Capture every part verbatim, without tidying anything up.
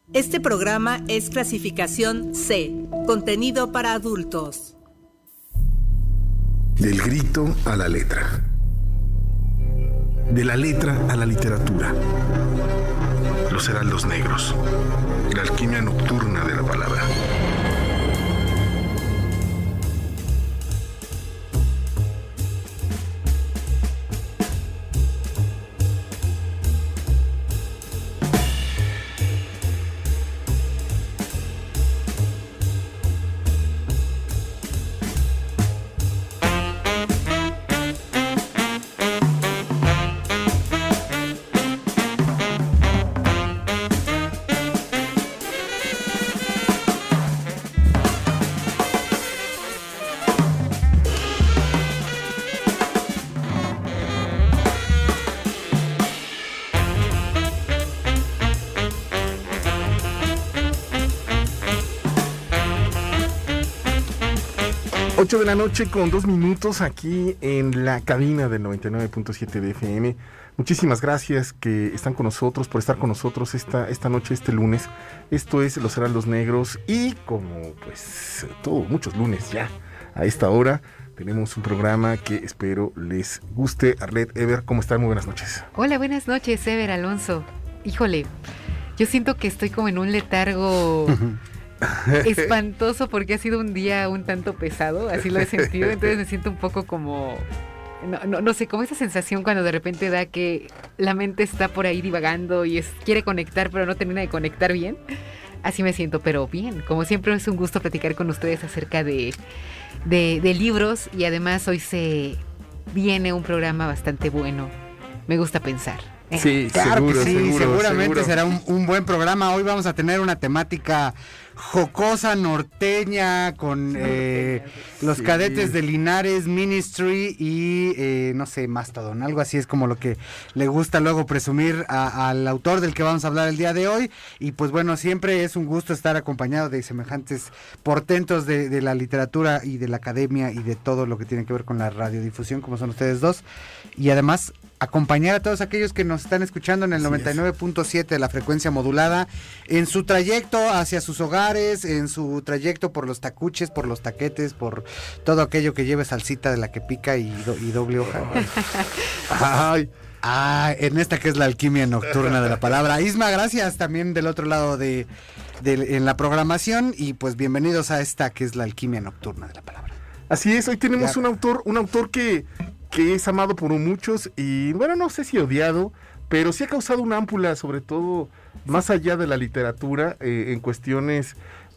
Este programa es clasificación C, contenido para adultos. Del grito a la letra. De la letra a la literatura. Los heraldos negros. La alquimia nocturna de la palabra. ocho de la noche con dos minutos aquí en la cabina del noventa y nueve punto siete de F M. Muchísimas gracias que están con nosotros, por estar con nosotros esta, esta noche, este lunes. Esto es Los Heraldos Negros y como pues todo, muchos lunes ya a esta hora tenemos un programa que espero les guste. Arlet, Ever, ¿cómo están? Muy buenas noches. Hola, buenas noches, Ever, Alonso. Híjole, yo siento que estoy como en un letargo... espantoso porque ha sido un día un tanto pesado, así lo he sentido, entonces me siento un poco como, no, no, no sé, como esa sensación cuando de repente da que la mente está por ahí divagando y es, quiere conectar pero no termina de conectar bien, así me siento, pero bien, como siempre es un gusto platicar con ustedes acerca de, de, de libros y además hoy se viene un programa bastante bueno, me gusta pensar. Sí, claro seguro, que sí, seguro, seguramente seguro. será un, un buen programa. Hoy vamos a tener una temática jocosa, norteña, con eh, los sí. cadetes de Linares Ministry y eh, no sé, Mastodon, algo así es como lo que le gusta luego presumir a, al autor del que vamos a hablar el día de hoy. Y pues bueno, siempre es un gusto estar acompañado de semejantes portentos de, de la literatura y de la academia y de todo lo que tiene que ver con la radiodifusión, como son ustedes dos. Y además acompañar a todos aquellos que nos están escuchando en el noventa y nueve punto siete de la frecuencia modulada, en su trayecto hacia sus hogares, en su trayecto por los tacuches, por los taquetes, por todo aquello que lleve salsita de la que pica y, do, y doble hoja. Ay, ah, en esta que es la alquimia nocturna de la palabra. Isma, gracias también del otro lado de, de en la programación y pues bienvenidos a esta que es la alquimia nocturna de la palabra. Así es, hoy tenemos ya. un autor, un autor que... que es amado por muchos y bueno, no sé si odiado, pero sí ha causado una ámpula, sobre todo más allá de la literatura, eh, en cuestiones,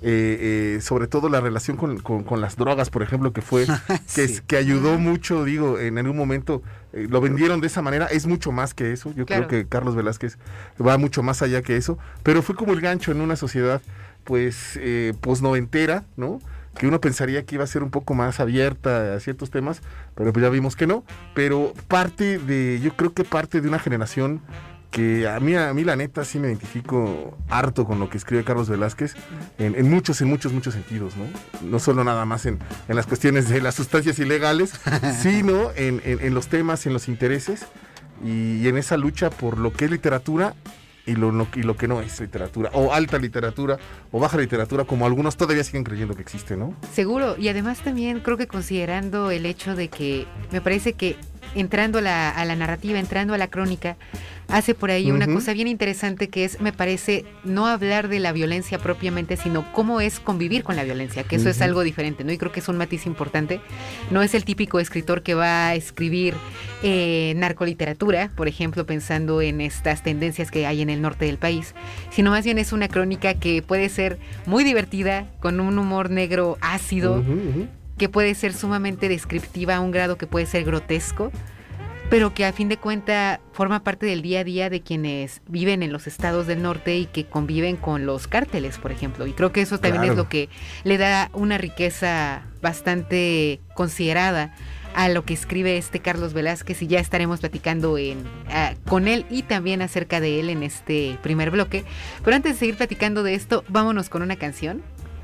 eh, eh, sobre todo la relación con, con, con las drogas, por ejemplo, que fue, que, sí. es, que ayudó mucho, digo, en algún momento eh, lo vendieron de esa manera, es mucho más que eso, yo claro. creo que Carlos Velázquez va mucho más allá que eso, pero fue como el gancho en una sociedad, pues, eh, posnoventera, ¿no?, que uno pensaría que iba a ser un poco más abierta a ciertos temas, pero pues ya vimos que no, pero parte de, yo creo que parte de una generación que a mí, a mí la neta sí me identifico harto con lo que escribe Carlos Velázquez, en, en muchos, en muchos, muchos sentidos, ¿no? No solo nada más en, en las cuestiones de las sustancias ilegales, sino en, en, en los temas, en los intereses, y, y en esa lucha por lo que es literatura, Y lo, no, y lo que no es literatura, o alta literatura, o baja literatura, como algunos todavía siguen creyendo que existe, ¿no? Seguro, y además también creo que considerando el hecho de que me parece que entrando a la, a la narrativa, entrando a la crónica, hace por ahí uh-huh. una cosa bien interesante que es, me parece, no hablar de la violencia propiamente, sino cómo es convivir con la violencia, que eso uh-huh. es algo diferente, ¿no? Y creo que es un matiz importante. No es el típico escritor que va a escribir eh, narcoliteratura, por ejemplo, pensando en estas tendencias que hay en el norte del país, sino más bien es una crónica que puede ser muy divertida, con un humor negro ácido, uh-huh, uh-huh. que puede ser sumamente descriptiva a un grado que puede ser grotesco, pero que a fin de cuentas forma parte del día a día de quienes viven en los estados del norte y que conviven con los cárteles, por ejemplo. Y creo que eso también claro. es lo que le da una riqueza bastante considerada a lo que escribe este Carlos Velázquez, y ya estaremos platicando en, uh, con él y también acerca de él en este primer bloque. Pero antes de seguir platicando de esto, vámonos con una canción.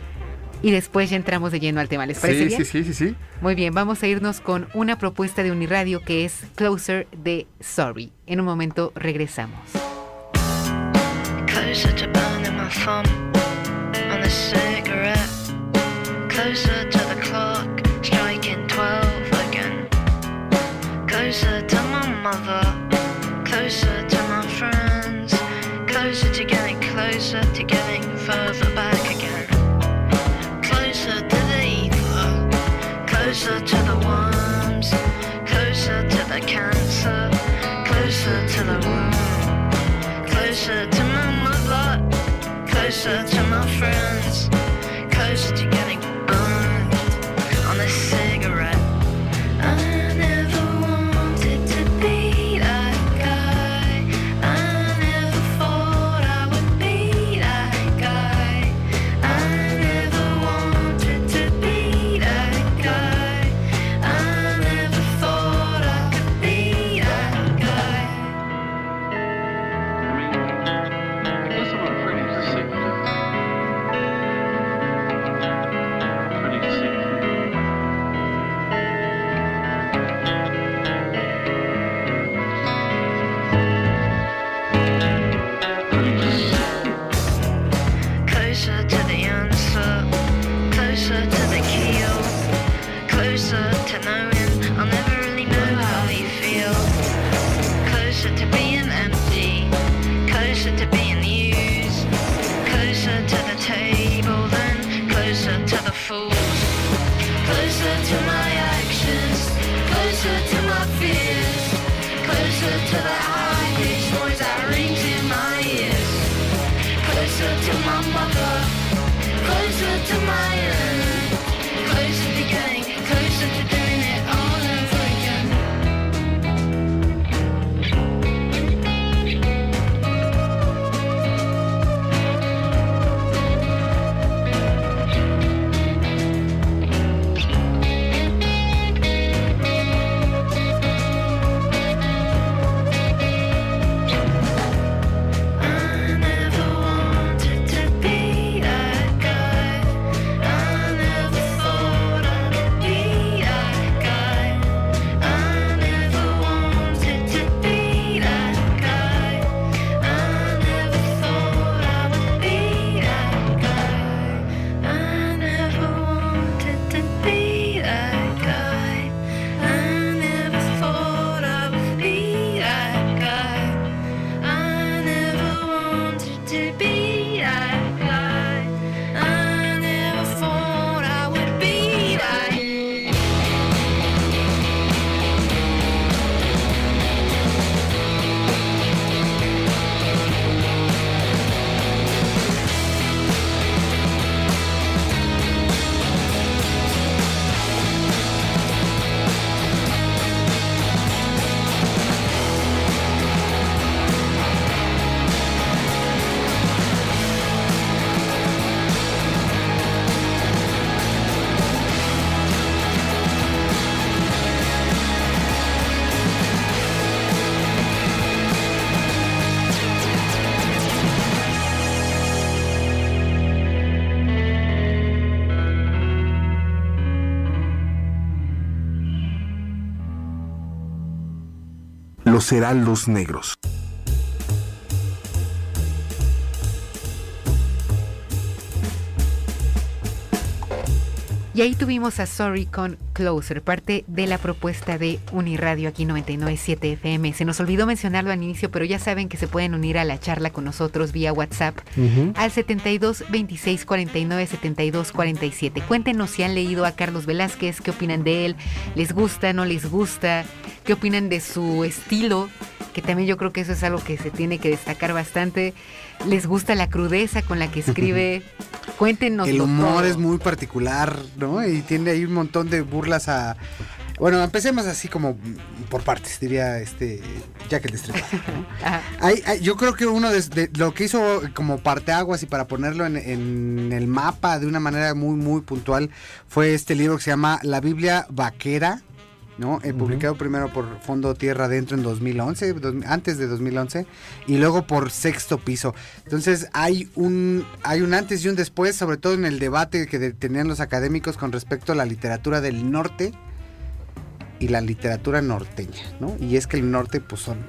Y después ya entramos de lleno al tema, ¿les parece sí, bien? Sí, sí, sí, sí. Muy bien, vamos a irnos con una propuesta de Uniradio que es Closer de Sorry. En un momento regresamos. Closer to my thumb on the cigarette. Closer to the clock, striking twelve again. Closer to my mother, closer to my friends. Closer to getting closer to getting further back again. Closer to the ether, closer to the worms. Closer to the cancer, closer to the womb. Closer to my mother, closer to my friends. Closer to getting burned on a cigarette. I never wanted to be that guy. I never thought I would be that guy. I never wanted to be that guy. I never thought I could be that guy. I mean, listen, I'm pretty sick of pretty sick. Closer to the answer, closer to the keel, closer to knowing I'll never really know how you feel. Closer to being empty, closer to being used, closer to the table, then closer to the fools. Closer to my actions, closer to my fears, closer to the high-pitched noise that rings in my ears. Closer to my mother, closer to my end, closer to getting, closer to doing it all over again. I never wanted to be that guy. I never thought I could be that guy. I never wanted to be that guy. I never thought I would be that guy. I never wanted to be that guy. I never thought I would be that guy. I never wanted to be that guy. I never thought I would be that guy. Los heraldos negros. Y ahí tuvimos a Sorry con Closer, parte de la propuesta de Uniradio aquí noventa y nueve punto siete F M. Se nos olvidó mencionarlo al inicio, pero ya saben que se pueden unir a la charla con nosotros vía WhatsApp uh-huh. al setenta y dos, veintiséis, cuarenta y nueve, setenta y dos, cuarenta y siete. Cuéntenos si han leído a Carlos Velázquez, qué opinan de él, les gusta, no les gusta, qué opinan de su estilo, que también yo creo que eso es algo que se tiene que destacar bastante. ¿Les gusta la crudeza con la que escribe? Cuéntenos. El humor todo. Es muy particular, ¿no? Y tiene ahí un montón de burlas a... Bueno, empecemos así como por partes, diría este Jack el Destripador, ¿no? hay, hay, yo creo que uno de, de lo que hizo como parteaguas y para ponerlo en, en el mapa de una manera muy, muy puntual fue este libro que se llama La Biblia Vaquera, ¿no? Eh, uh-huh. Publicado primero por Fondo Tierra Adentro en dos mil once, dos, antes de dos mil once, y luego por Sexto Piso. Entonces hay un hay un antes y un después, sobre todo en el debate que de, tenían los académicos con respecto a la literatura del norte y la literatura norteña, ¿no? Y es que el norte pues son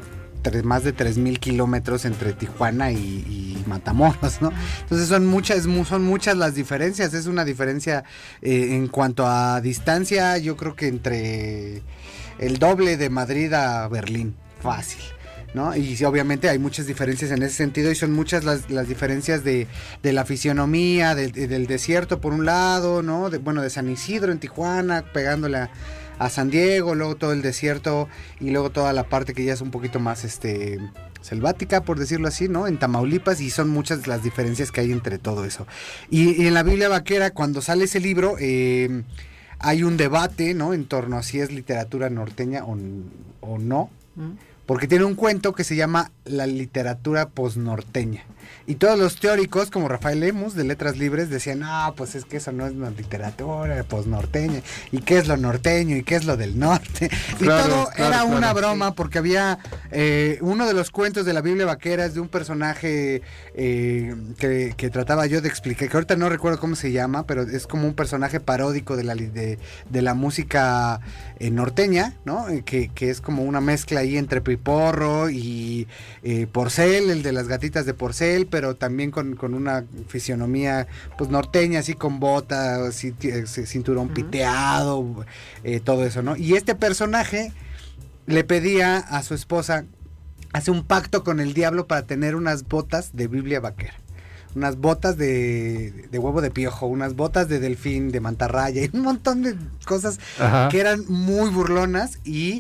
tres, más de tres mil kilómetros entre Tijuana y, y Matamoros, ¿no? Entonces son muchas, son muchas las diferencias, es una diferencia eh, en cuanto a distancia, yo creo que entre el doble de Madrid a Berlín, fácil, ¿no? Y sí, obviamente hay muchas diferencias en ese sentido y son muchas las, las diferencias de, de la fisionomía, de, de, del desierto por un lado, ¿no? De, bueno, de San Isidro en Tijuana, pegándole a, a San Diego, luego todo el desierto y luego toda la parte que ya es un poquito más este selvática, por decirlo así, ¿no? En Tamaulipas, y son muchas las diferencias que hay entre todo eso. Y, y en la Biblia Vaquera, cuando sale ese libro, eh, hay un debate, ¿no? En torno a si es literatura norteña o, o no. ¿Mm? Porque tiene un cuento que se llama La literatura posnorteña. Y todos los teóricos, como Rafael Lemus, de Letras Libres, decían, no, pues es que eso no es una literatura posnorteña. ¿Y qué es lo norteño? ¿Y qué es lo del norte? Y claro, todo claro, era una claro, broma, sí. Porque había eh, uno de los cuentos de la Biblia Vaquera es de un personaje eh, que, que trataba yo de explicar, que ahorita no recuerdo cómo se llama, pero es como un personaje paródico de la, de, de la música eh, norteña, ¿no? Eh, que, que es como una mezcla ahí entre Piporro y eh, Porcel, el de las gatitas de Porcel, pero también con, con una fisionomía pues norteña, así con bota, así, cinturón uh-huh. piteado, eh, todo eso, ¿no? Y este personaje le pedía a su esposa, hace un pacto con el diablo para tener unas botas de Biblia Vaquera. Unas botas de, de huevo de piojo, unas botas de delfín, de mantarraya, y un montón de cosas Ajá. que eran muy burlonas y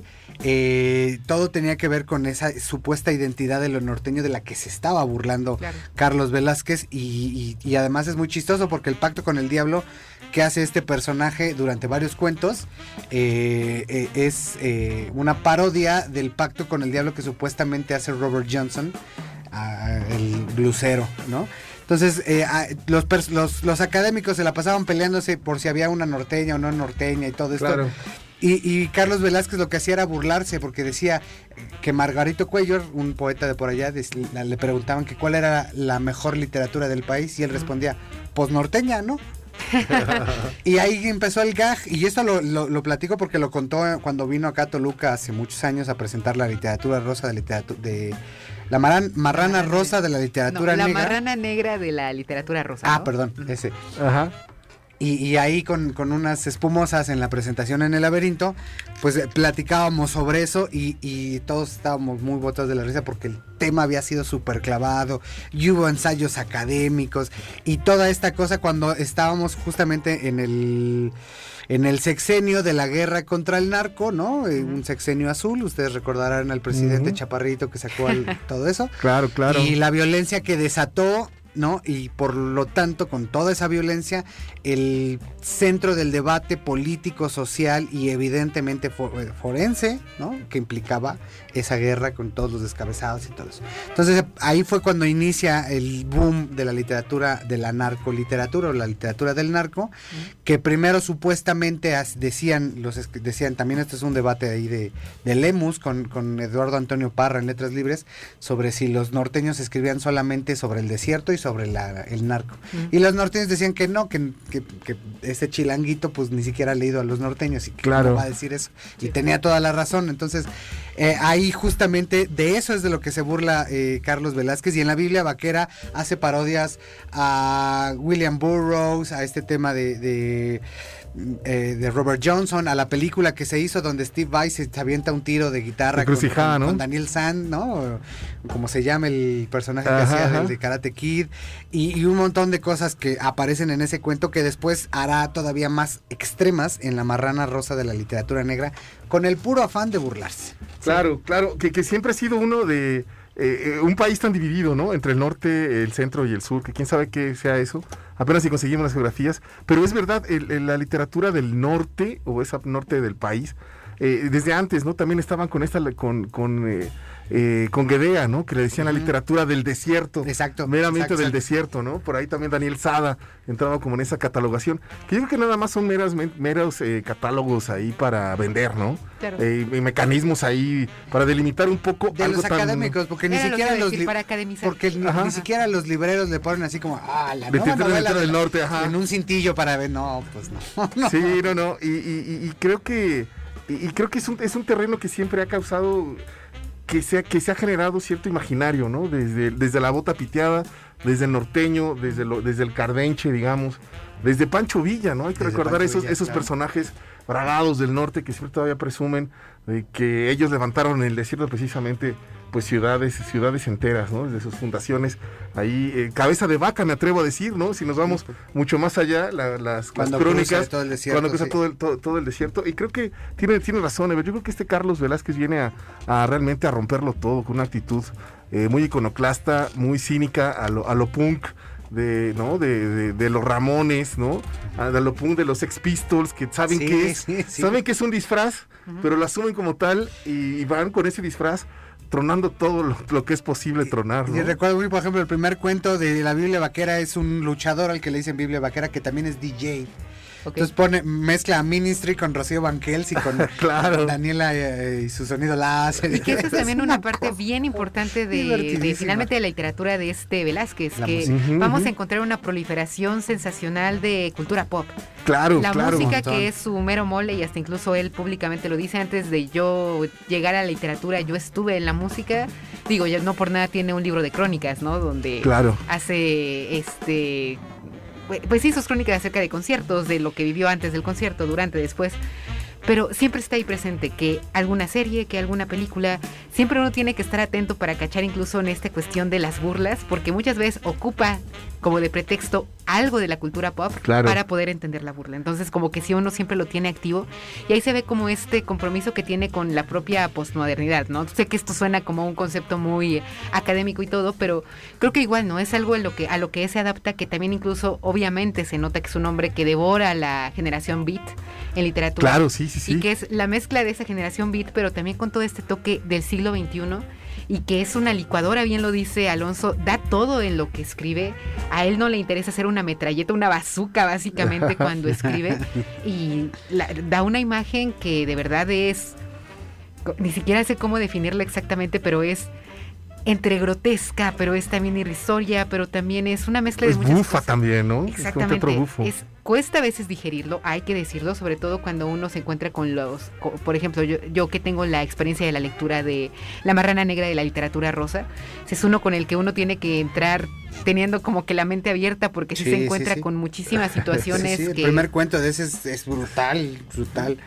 eh, todo tenía que ver con esa supuesta identidad de lo norteño de la que se estaba burlando claro. Carlos Velázquez y, y, y además es muy chistoso porque el pacto con el diablo que hace este personaje durante varios cuentos eh, eh, es eh, una parodia del pacto con el diablo que supuestamente hace Robert Johnson, uh, el blusero, ¿no? Entonces, eh, los, los, los académicos se la pasaban peleándose por si había una norteña o no norteña y todo esto. Claro. Y, y Carlos Velázquez lo que hacía era burlarse porque decía que Margarito Cuéllar, un poeta de por allá, le preguntaban que cuál era la mejor literatura del país y él respondía, pues norteña, ¿no? Y ahí empezó el gag y esto lo, lo, lo platico porque lo contó cuando vino acá a Toluca hace muchos años a presentar la literatura rosa de literatura de la maran, marrana rosa de la literatura no, la negra. La marrana negra de la literatura rosa. Ah, ¿no? perdón, ese. Ajá. Y, y ahí con, con unas espumosas en la presentación en el laberinto, pues eh, platicábamos sobre eso y, y todos estábamos muy botados de la risa porque el tema había sido súper clavado y hubo ensayos académicos y toda esta cosa cuando estábamos justamente en el... En el sexenio de la guerra contra el narco, ¿no? Eh, un sexenio azul, ustedes recordarán al presidente uh-huh. Chaparrito que sacó al, todo eso. Claro, claro. Y la violencia que desató, ¿no? Y por lo tanto, con toda esa violencia, el centro del debate político, social y evidentemente for, forense, ¿no? Que implicaba esa guerra con todos los descabezados y todo eso. Entonces, ahí fue cuando inicia el boom de la literatura, de la narcoliteratura o la literatura del narco, que primero supuestamente decían, los decían, también esto es un debate ahí de, de Lemus con, con Eduardo Antonio Parra en Letras Libres, sobre si los norteños escribían solamente sobre el desierto y sobre la, el narco. Uh-huh. Y los norteños decían que no, que, que, que ese chilanguito pues ni siquiera ha leído a los norteños y que claro. no va a decir eso. Y tenía toda la razón. Entonces, eh, ahí justamente de eso es de lo que se burla eh, Carlos Velázquez, y en la Biblia Vaquera hace parodias a William Burroughs, a este tema de... de Eh, de Robert Johnson, a la película que se hizo donde Steve Vai se avienta un tiro de guitarra con, con, ¿no? con Daniel San, ¿no? Como se llama el personaje ajá, que hacía ajá. del de Karate Kid, y, y un montón de cosas que aparecen en ese cuento que después hará todavía más extremas en la marrana rosa de la literatura negra, con el puro afán de burlarse. Claro, sí. claro, que, que siempre ha sido uno de eh, un país tan dividido, ¿no? Entre el norte, el centro y el sur, que quién sabe qué sea eso. Apenas si conseguimos las geografías, pero es verdad, el, el, la literatura del norte, o esa norte del país, eh, desde antes, ¿no? También estaban con esta, con, con, eh, eh, con Guedea, ¿no? Que le decían uh-huh. la literatura del desierto. Exacto. Meramente exacto, del exacto. desierto, ¿no? Por ahí también Daniel Sada entraba como en esa catalogación, que yo creo que nada más son meras, meros eh, catálogos ahí para vender, ¿no? Claro. Eh, mecanismos ahí para delimitar un poco de algo los tan... académicos, porque ni siquiera los li- para academizar. porque ni, ni siquiera los libreros le ponen así como ah la nueva novela del norte, ajá. en un cintillo para ver, no, pues no. no. Sí, no, no, y, y, y creo que y, y creo que es un es un terreno que siempre ha causado que se, ha- que se ha generado cierto imaginario, ¿no? Desde, desde la bota piteada, desde el norteño, desde, lo, desde el cardenche, digamos, desde Pancho Villa, ¿no? Hay que Desde recordar Pancho esos, Villa, esos claro. personajes bragados del norte que siempre todavía presumen de que ellos levantaron en el desierto precisamente pues ciudades, ciudades enteras, ¿no? Desde sus fundaciones, ahí, eh, cabeza de vaca me atrevo a decir, ¿no? Si nos vamos mucho más allá, la- las, las Cuando cruza crónicas, todo el desierto, cuando cruza sí. todo, el, todo, todo el desierto, y creo que tiene, tiene razón, Ever. Yo creo que este Carlos Velázquez viene a, a realmente a romperlo todo con una actitud eh, muy iconoclasta, muy cínica, a lo, a lo punk, de, ¿no? De, de, de los Ramones, ¿no? A lo punk de los Sex Pistols, que saben Sí, que es, sí, sí. saben que es un disfraz, pero lo asumen como tal y, y van con ese disfraz tronando todo lo, lo que es posible tronar, Y ¿no? recuerdo muy, por ejemplo, el primer cuento de la Biblia Vaquera es un luchador al que le dicen Biblia Vaquera, que también es D J. Ok. Entonces pone, mezcla a Ministry con Rocío Banquels y con Claro. Daniela eh, y su sonido láser. Y que esa es también una parte bien importante de, divertidísima. de finalmente de la literatura de este Velázquez, La que música. Ujú, vamos ujú. a encontrar una proliferación sensacional de cultura pop. Claro, La claro. música montón. que es su mero mole, y hasta incluso él públicamente lo dice, antes de yo llegar a la literatura, yo estuve en la música. Digo, ya no por nada tiene un libro de crónicas, ¿no? Donde Claro. hace este pues sí, sus crónicas acerca de conciertos, de lo que vivió antes del concierto, durante, después. Pero siempre está ahí presente que alguna serie, que alguna película, siempre uno tiene que estar atento para cachar incluso en esta cuestión de las burlas, porque muchas veces ocupa como de pretexto algo de la cultura pop Claro. para poder entender la burla. Entonces como que sí, uno siempre lo tiene activo y ahí se ve como este compromiso que tiene con la propia posmodernidad, ¿no? Sé que esto suena como un concepto muy académico y todo, pero creo que igual, ¿no? Es algo en lo que, a lo que él se adapta, que también incluso obviamente se nota que es un hombre que devora la generación beat en literatura. Claro, sí, sí, sí. Y que es la mezcla de esa generación beat, pero también con todo este toque del siglo veintiuno, y que es una licuadora, bien lo dice Alonso, da todo en lo que escribe. A él no le interesa hacer una metralleta, una bazooka básicamente cuando escribe, y la- da una imagen que de verdad es, ni siquiera sé cómo definirla exactamente, pero es entre grotesca, pero es también irrisoria, pero también es una mezcla Es de muchas bufa cosas. también, ¿no? Es un Exactamente. teatro bufo. Es, cuesta a veces digerirlo, hay que decirlo, sobre todo cuando uno se encuentra con los, co- por ejemplo, yo, yo que tengo la experiencia de la lectura de La Marrana Negra de la literatura rosa, es uno con el que uno tiene que entrar teniendo como que la mente abierta, porque sí, Sí, se sí, encuentra sí. con muchísimas situaciones Sí, sí, el que... primer cuento de ese es, es brutal, brutal.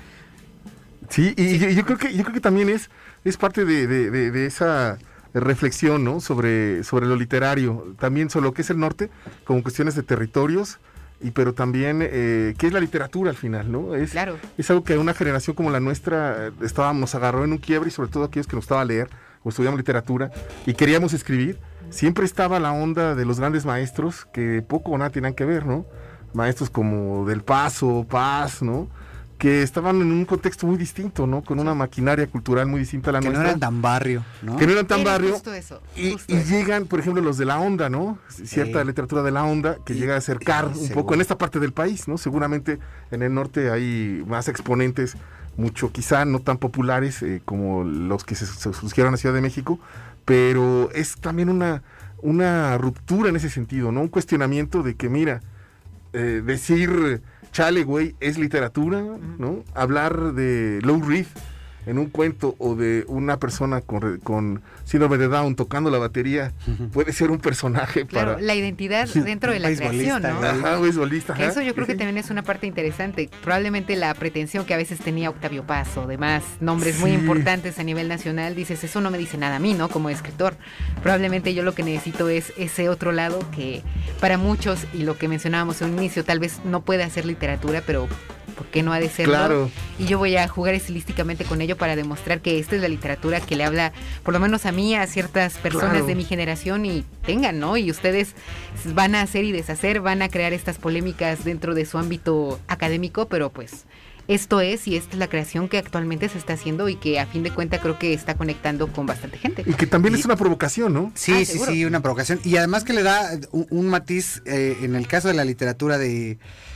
Sí, y Yo, yo creo que yo creo que también es, es parte de, de- de- de esa reflexión, ¿no? Sobre, sobre lo literario, también sobre lo que es el norte, como cuestiones de territorios, y pero también eh, qué es la literatura al final, ¿no? Es, Claro. es algo que una generación como la nuestra eh, estábamos, nos agarró en un quiebre, y sobre todo aquellos que nos gustaba leer o estudiamos literatura y queríamos escribir, siempre estaba la onda de los grandes maestros que poco o nada tenían que ver, ¿no? Maestros como Del Paso, Paz, ¿no? Que estaban en un contexto muy distinto, ¿no? Con una maquinaria cultural muy distinta a la Que no nuestra. eran tan barrio, ¿no? que no eran tan Era barrio. justo eso, Y, justo y eso. llegan, por ejemplo, los de la onda, ¿no? Cierta Sí. literatura de la onda que Y- llega a acercar y un seguro. poco en esta parte del país, ¿no? Seguramente en el norte hay más exponentes, mucho quizá no tan populares eh, como los que se, se surgieron en la Ciudad de México, pero es también una, una ruptura en ese sentido, ¿no? Un cuestionamiento de que, mira, eh, decir chale, güey, es literatura, ¿no? Hablar de Lou Reed en un cuento o de una persona con, re- con síndrome de Down tocando la batería puede ser un personaje Claro, para... la identidad dentro de la Beisbolista, creación, ¿no? güey. Ajá, beisbolista, Que ajá. eso yo creo que Sí. también es una parte interesante. Probablemente la pretensión que a veces tenía Octavio Paz o demás nombres muy Sí. importantes a nivel nacional, dices, eso no me dice nada a mí, ¿no? Como escritor. Probablemente yo lo que necesito es ese otro lado que para muchos, y lo que mencionábamos en un inicio, tal vez no puede hacer literatura, pero ¿por qué no ha de serlo? Claro. Y yo voy a jugar estilísticamente con ello para demostrar que esta es la literatura que le habla, por lo menos a mí, a ciertas personas Claro. de mi generación, y tengan, ¿no? Y ustedes van a hacer y deshacer, van a crear estas polémicas dentro de su ámbito académico, pero pues esto es y esta es la creación que actualmente se está haciendo y que a fin de cuentas creo que está conectando con bastante gente. Y que también Y- es una provocación, ¿no? Sí, Ah, sí, seguro. sí, una provocación. Y además que le da un, un matiz, eh, en el caso de la literatura de,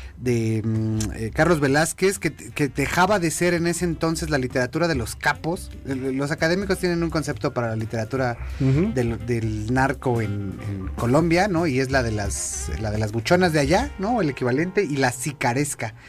de mm, eh, Carlos Velázquez, que, que dejaba de ser en ese entonces la literatura de los capos. El- Los académicos tienen un concepto para la literatura Ujú. del, del narco en, en Colombia, ¿no? Y es la de las la de las buchonas de allá, ¿no? El equivalente, y la sicaresca,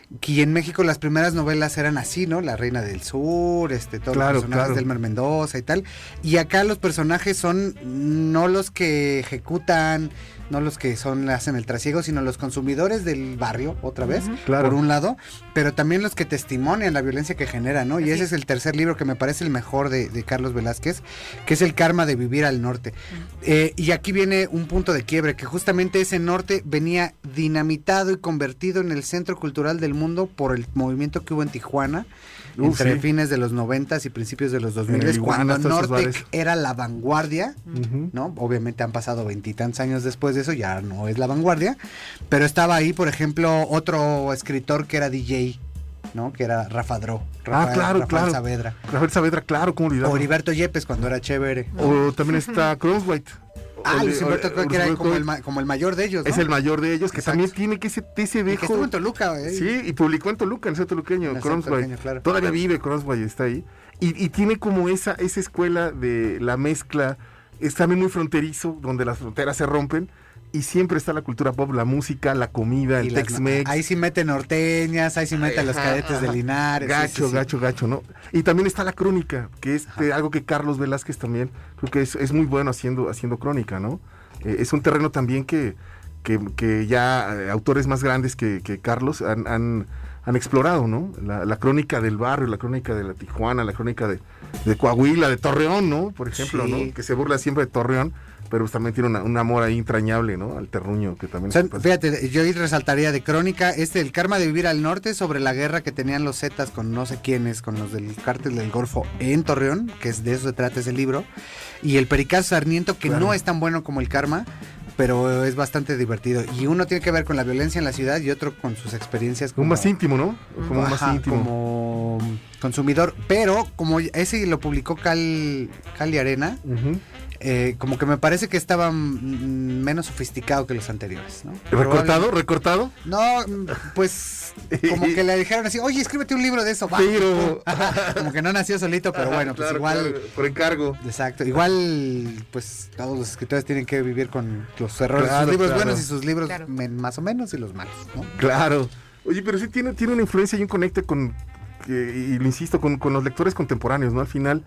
Y en México las primeras novelas eran así, ¿no? La Reina del Sur, este, todos Claro, los personajes claro. del Mar Mendoza y tal. Y acá los personajes son no los que ejecutan, no los que son hacen el trasiego, sino los consumidores del barrio, otra vez, Claro. por un lado, pero también los que testimonian la violencia que genera, ¿no? Y Así ese es. es el tercer libro que me parece el mejor de, de Carlos Velázquez, que es El karma de vivir al norte. Eh, y aquí viene un punto de quiebre, que justamente ese norte venía dinamitado y convertido en el centro cultural del mundo por el movimiento que hubo en Tijuana, Uh, entre sí. fines de los noventas y principios de los dos En el miles, Iguana, cuando todos esos Nortec bares. era la vanguardia, Ujú. ¿no? Obviamente han pasado veintitantos años después de eso, ya no es la vanguardia, pero estaba ahí, por ejemplo, otro escritor que era D J, ¿no? Que era Rafa Dro, Rafael, Ah, claro, Rafael claro. Saavedra, Rafael Saavedra, claro, cómo o olvidarlo. Heriberto Yepes cuando era chévere. O también está Crosswhite. Ah, Oli- Luis Humberto, Oli- que era Luis como el, Humberto ma- como el mayor de ellos, ¿no? Es el mayor de ellos, que Exacto. también tiene que ese, ese Y que dejo. estuvo en Toluca, ¿eh? Sí, y publicó en Toluca, en el centro toluqueño, En el centro Cronsway. toluqueño, claro. Todavía vive Cronsway, está ahí. Y, y tiene como esa, esa escuela de la mezcla, es también muy fronterizo, donde las fronteras se rompen, y siempre está la cultura pop, la música, la comida, Y el las- Tex-Mex. ahí sí mete norteñas, ahí sí mete a los Ajá, cadetes de ajá. Linares. sí, Gacho, sí, sí. gacho, gacho, ¿no? Y también está la crónica, que es de algo que Carlos Velázquez también, creo que es, es muy bueno haciendo, haciendo crónica, ¿no? Eh, es un terreno también que, que, que ya eh, autores más grandes que, que Carlos han, han, han explorado, ¿no? La, la crónica del barrio, la crónica de la Tijuana, la crónica de, de Coahuila, de Torreón, ¿no? Por ejemplo, Sí. ¿no? Que se burla siempre de Torreón, pero pues también tiene una- un amor ahí entrañable, ¿no? Al terruño, que también... O sea, es- fíjate, yo ahí resaltaría de crónica este El karma de vivir al norte, sobre la guerra que tenían los Zetas con no sé quiénes, con los del cártel del Golfo en Torreón, que es de eso se trata ese libro, y el Pericazo Sarniento, que Claro. no es tan bueno como el karma, pero es bastante divertido. Y uno tiene que ver con la violencia en la ciudad y otro con sus experiencias como, Un más íntimo, ¿no? Como Ajá, más íntimo. como consumidor. Pero como ese lo publicó Cal, Cali Arena, Ujú. eh, como que me parece que estaba mm, menos sofisticado que los anteriores, ¿no? ¿Recortado? ¿Recortado? No, mm, pues como que le dijeron así, oye, escríbete un libro de eso, va. Pero... Como que no nació solito, pero bueno, pues Claro, igual, claro, por encargo. exacto, igual pues todos los escritores tienen que vivir con los errores de Claro, sus libros claro. buenos y sus libros Claro. men- más o menos y los malos, ¿no? Claro. Oye, pero sí tiene, tiene una influencia y un conecte con, que- y lo insisto, con, con los lectores contemporáneos, ¿no? Al final,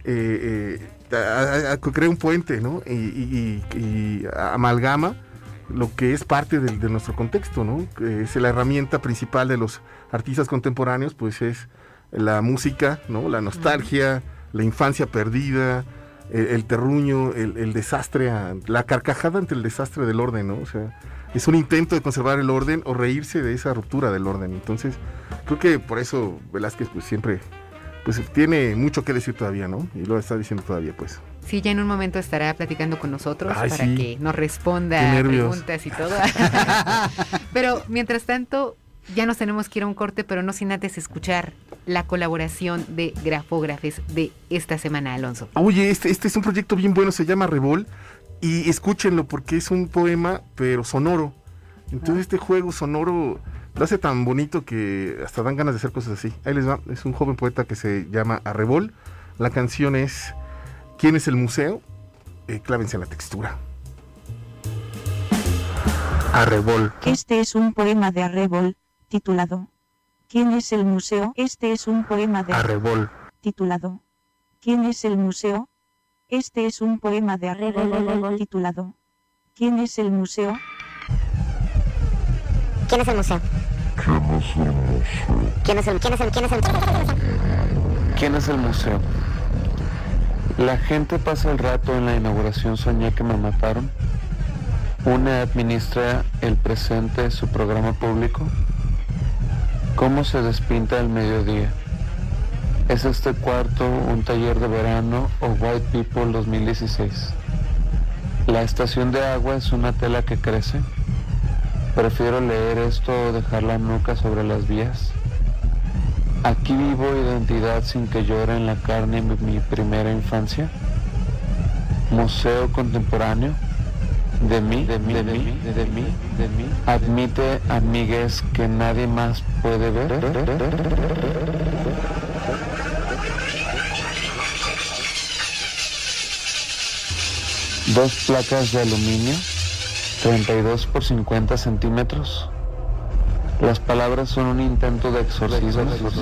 eh, eh, a- a- a- crea un puente, ¿no? Y, y- y- y amalgama lo que es parte del- de, nuestro contexto, ¿no? Que es la herramienta principal de los artistas contemporáneos, pues es la música, ¿no? La nostalgia, la infancia perdida, el, el terruño, el, el desastre, a- la carcajada ante el desastre del orden, ¿no? O sea, es un intento de conservar el orden o reírse de esa ruptura del orden. Entonces, creo que por eso Velázquez pues siempre pues tiene mucho que decir todavía, ¿no? Y lo está diciendo todavía, pues. Sí, ya en un momento estará platicando con nosotros Ay, para sí. que nos responda Qué a nervios. preguntas y todo. Pero mientras tanto, ya nos tenemos que ir a un corte, pero no sin antes escuchar la colaboración de grafógrafes de esta semana, Alonso. Oye, este, este es un proyecto bien bueno, se llama Revol, y escúchenlo porque es un poema, pero sonoro. Entonces este juego sonoro lo hace tan bonito que hasta dan ganas de hacer cosas así. Ahí les va, es un joven poeta que se llama Arrebol. La canción es ¿Quién es el museo? Eh, clávense en la textura. Arrebol. Este es un poema de Arrebol, titulado ¿Quién es el museo? Este es un poema de Arrebol. titulado ¿Quién es el museo? Este es un poema de Arrebol titulado ¿Quién es el museo? ¿Quién es el museo? ¿Quién es el quién es el quién es el ¿Quién es el museo? La gente pasa el rato en la inauguración Soñé que me mataron. Una administra el presente de su programa público. ¿Cómo se despinta el mediodía? ¿Es este cuarto un taller de verano o White People dos mil dieciséis? La estación de agua es una tela que crece. Prefiero leer esto o dejar la nuca sobre las vías. Aquí vivo identidad sin que llore en la carne mi, mi primera infancia. Museo contemporáneo de mí, de mí, de mí, de mí, de mí. Admite amigues que nadie más puede ver. Dos placas de aluminio, treinta y dos por cincuenta centímetros. Las palabras son un intento de exorcismo.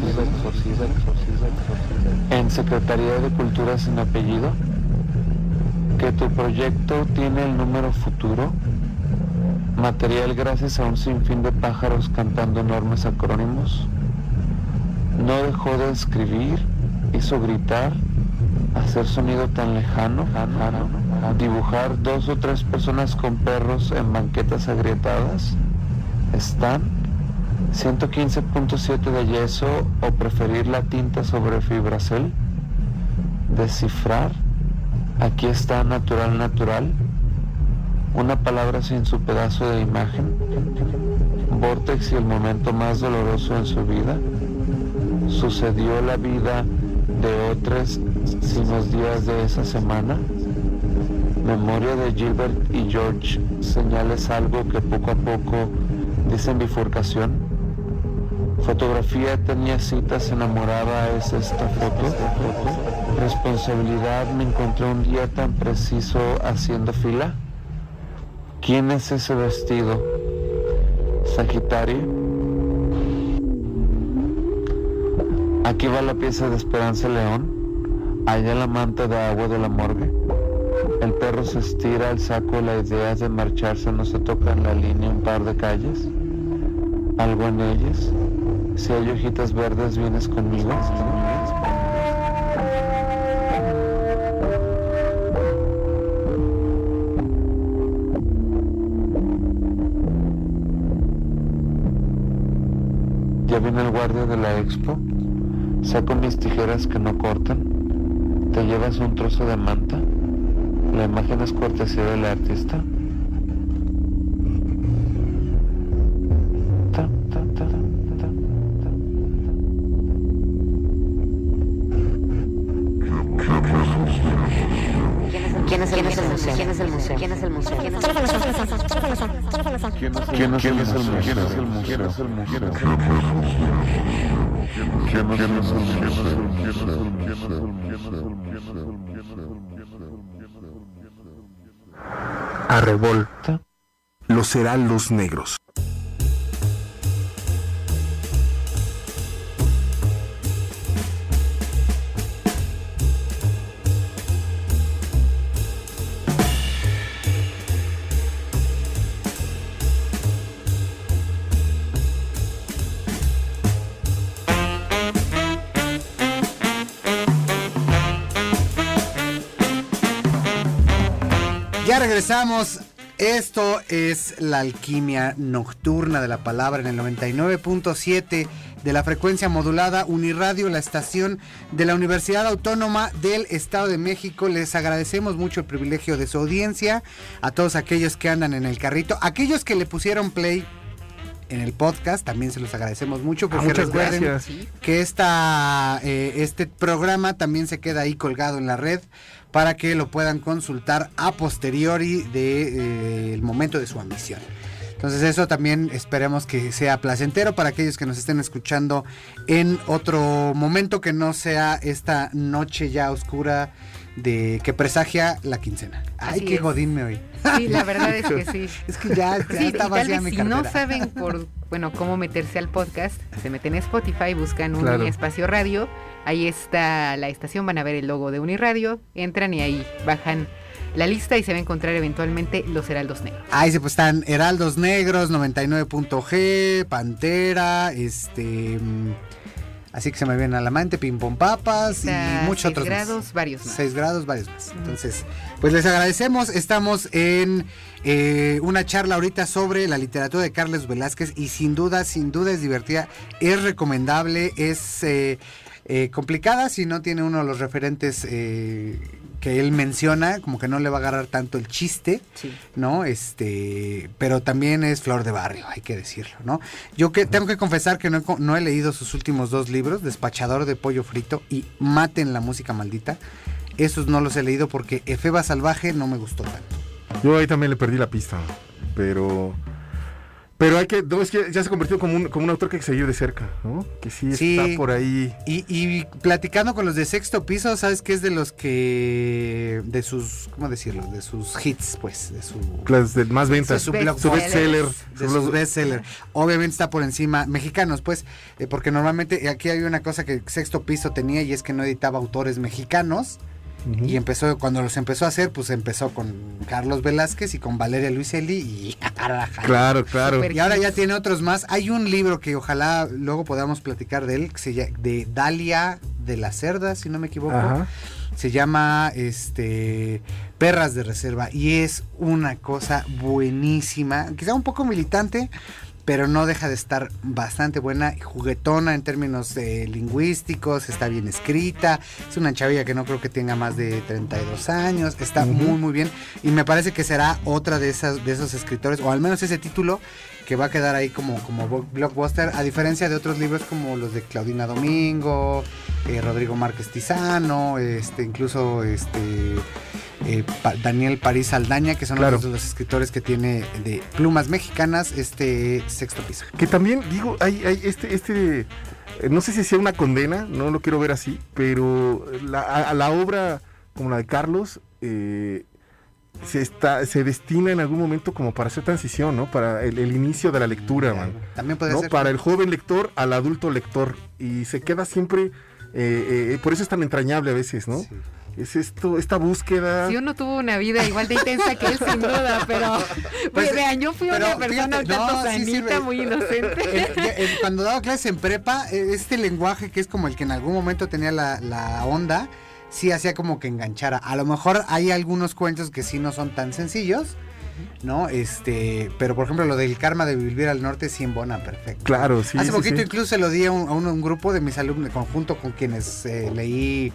En Secretaría de Cultura sin apellido. Que tu proyecto tiene el número futuro. Material gracias a un sinfín de pájaros cantando enormes acrónimos. No dejó de escribir, hizo gritar, hacer sonido tan lejano, dibujar dos o tres personas con perros en banquetas agrietadas. Están ciento quince punto siete de yeso o preferir la tinta sobre fibracel. Descifrar, aquí está natural, natural. Una palabra sin su pedazo de imagen. Vortex y el momento más doloroso en su vida. Sucedió la vida de otros sin los días de esa semana. Memoria de Gilbert y George, señales algo que poco a poco dicen bifurcación. Fotografía tenía citas, enamoraba, es esta foto. Responsabilidad, me encontré un día tan preciso haciendo fila. ¿Quién es ese vestido? Sagitario. Aquí va la pieza de Esperanza León. Allá la manta de agua de la morgue. El perro se estira al saco, la idea de marcharse no se toca en la línea un par de calles. Algo en ellas. Si hay hojitas verdes, ¿vienes conmigo? Ya viene el guardia de la expo. Saco mis tijeras que no cortan. Te llevas un trozo de manta. La imagen es cortesía del artista. Ta, ta, ta, ta, ta. ¿Quién es el museo? ¿Quién es el museo? ¿Quién es el museo? ¿Quién es el museo? ¿Quién es el museo? ¿Quién es el museo? ¿Quién es el museo? ¿Quién es el museo? A revolta, los heraldos negros. Ya regresamos. Esto es la alquimia nocturna de la palabra en el noventa y nueve punto siete de la frecuencia modulada Uniradio, la estación de la Universidad Autónoma del Estado de México. Les agradecemos mucho el privilegio de su audiencia, a todos aquellos que andan en el carrito, aquellos que le pusieron play en el podcast, también se los agradecemos mucho, porque ah, muchas recuerden gracias. que esta, eh, este programa también se queda ahí colgado en la red para que lo puedan consultar a posteriori de, eh, el momento de su emisión. Entonces eso también esperemos que sea placentero para aquellos que nos estén escuchando en otro momento que no sea esta noche ya oscura de que presagia la quincena. Ay, Así qué es. godín me oí. Sí, la verdad es que sí. Es que ya, ya sí, está vacía mi si cartera. no saben por, bueno, cómo meterse al podcast, se meten en Spotify, buscan un Claro. espacio radio, ahí está la estación, van a ver el logo de Uniradio, entran y ahí bajan la lista y se va a encontrar eventualmente los Heraldos Negros. Ahí se pues están Heraldos Negros, noventa y nueve punto G, Pantera, este... Así que se me viene a la mente, Pim Pom Papas y muchos otros grados, más. varios más. Seis grados, varios más. Entonces, pues les agradecemos. Estamos en eh, una charla ahorita sobre la literatura de Carlos Velázquez y sin duda, sin duda es divertida, es recomendable, es eh, eh, complicada si no tiene uno de los referentes eh, que él menciona, como que no le va a agarrar tanto el chiste, Sí. ¿no? Este, pero también es flor de barrio, hay que decirlo, ¿no? Yo que tengo que confesar que no he, co- no he leído sus últimos dos libros, Despachador de Pollo Frito y Maten la Música Maldita. Esos no los he leído porque Efeba Salvaje no me gustó tanto. Yo ahí también le perdí la pista, pero Pero hay que, no, es que ya se convirtió como un, como un autor que hay que seguir de cerca, ¿no? Que sí, Sí. está por ahí. Y, y platicando con los de Sexto Piso, ¿sabes qué es de los que... de sus, ¿cómo decirlo? De sus hits, pues, de su... Las de más ventas. Su Su blockbuster. bestseller. De sus bestseller. Obviamente está por encima, mexicanos, pues, eh, porque normalmente aquí hay una cosa que Sexto Piso tenía y es que no editaba autores mexicanos. Ujú. Y empezó, cuando los empezó a hacer, pues empezó con Carlos Velázquez y con Valeria Luiselli y... Claro, claro. Súper. Y ahora ya tiene otros más. Hay un libro que ojalá luego podamos platicar de él, que se llama, de Dalia de la Cerda, si no me equivoco. Ajá. Se llama este Perras de Reserva y es una cosa buenísima, quizá un poco militante, pero no deja de estar bastante buena y juguetona en términos eh, lingüísticos, está bien escrita, es una chavilla que no creo que tenga más de treinta y dos años, está Ujú. muy muy bien y me parece que será otra de esas de esos escritores, o al menos ese título que va a quedar ahí como, como blockbuster, a diferencia de otros libros como los de Claudina Domingo, eh, Rodrigo Márquez Tizano, este, incluso este eh, Pa- Daniel París Saldaña, que son Claro. los, los escritores que tiene de plumas mexicanas este Sexto Piso. Que también, digo, hay, hay este, este, eh, no sé si sea una condena, no lo quiero ver así, pero la, a, a la obra como la de Carlos, eh, se está, se destina en algún momento como para hacer transición, ¿no? Para el, el inicio de la lectura, man. También puede ¿No? ser. Para el joven lector al adulto lector. Y se queda siempre, eh, eh, por eso es tan entrañable a veces, ¿no? Sí. Es esto, esta búsqueda. Si uno tuvo una vida igual de intensa que él, sin duda, pero Pues, pues, vean, yo fui pero una persona fíjate, un tanto no, sí sanita, sirve. muy inocente. Eh, eh, cuando daba clases en prepa, eh, este lenguaje que es como el que en algún momento tenía la, la onda, sí hacía como que enganchara. A lo mejor hay algunos cuentos que sí no son tan sencillos, ¿no? Este, pero por ejemplo lo del karma de vivir al norte sí embona perfecto. Claro, sí. Hace sí, poquito sí. incluso se lo di a un, a un- un grupo de mis alumnos, conjunto con quienes eh, leí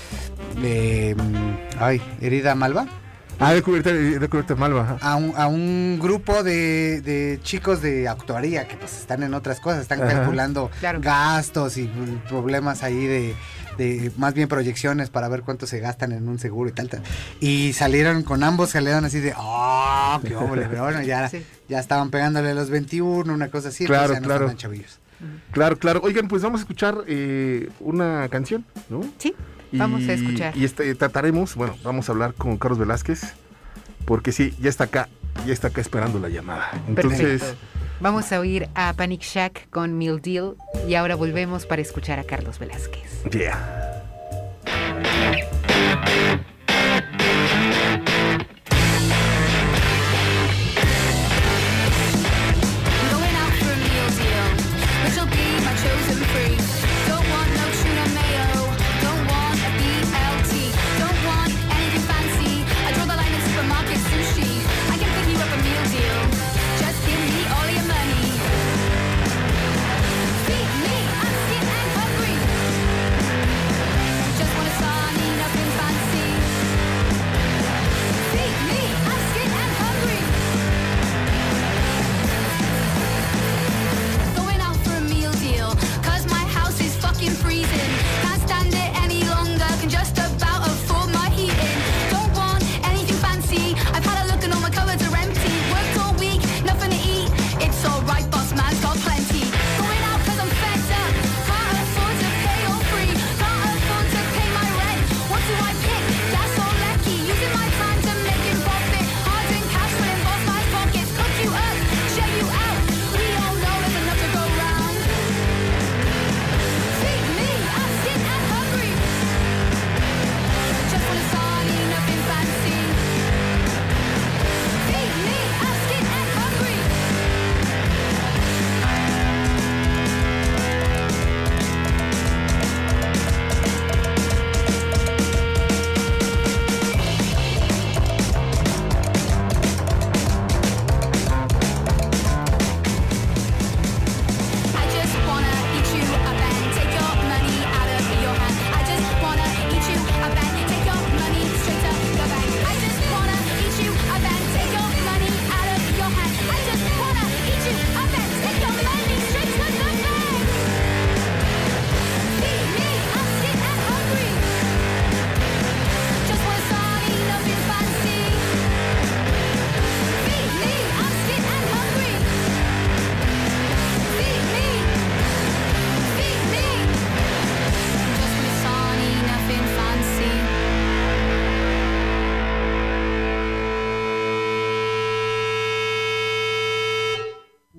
eh, mm, ay, Herida Malva. Ah, de cubierta, de cubierta malva. Ajá. A un, a un grupo de, de chicos de actuaría que pues están en otras cosas, están Ajá. calculando Claro. gastos y mm, problemas ahí de, de más bien proyecciones para ver cuánto se gastan en un seguro y tal, tal. Y salieron con ambos, salieron así de ¡oh, qué hombre! Pero bueno, ya, Sí. ya estaban pegándole a los veintiuno, una cosa así, Claro, pues ya no claro. estaban chavillos. Claro, claro. Oigan, pues vamos a escuchar eh, una canción, ¿no? Sí, vamos a escuchar. Y este, trataremos, bueno, vamos a hablar con Carlos Velázquez, porque sí, ya está acá, ya está acá esperando la llamada. Entonces, Perfecto. Vamos a oír a Panic Shack con Meal Deal y ahora volvemos para escuchar a Carlos Velázquez. yeah. Going out for a meal deal, which'll be my chosen fruit. Don't want no tuna mayo, don't want a B L T, don't want anything fancy. I draw the line at supermarket sushi. I can pick you up a meal deal, just give me all your money. Feed me, I'm skin and hungry.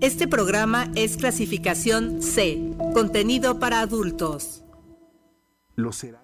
Este programa es clasificación C, contenido para adultos. Lo será.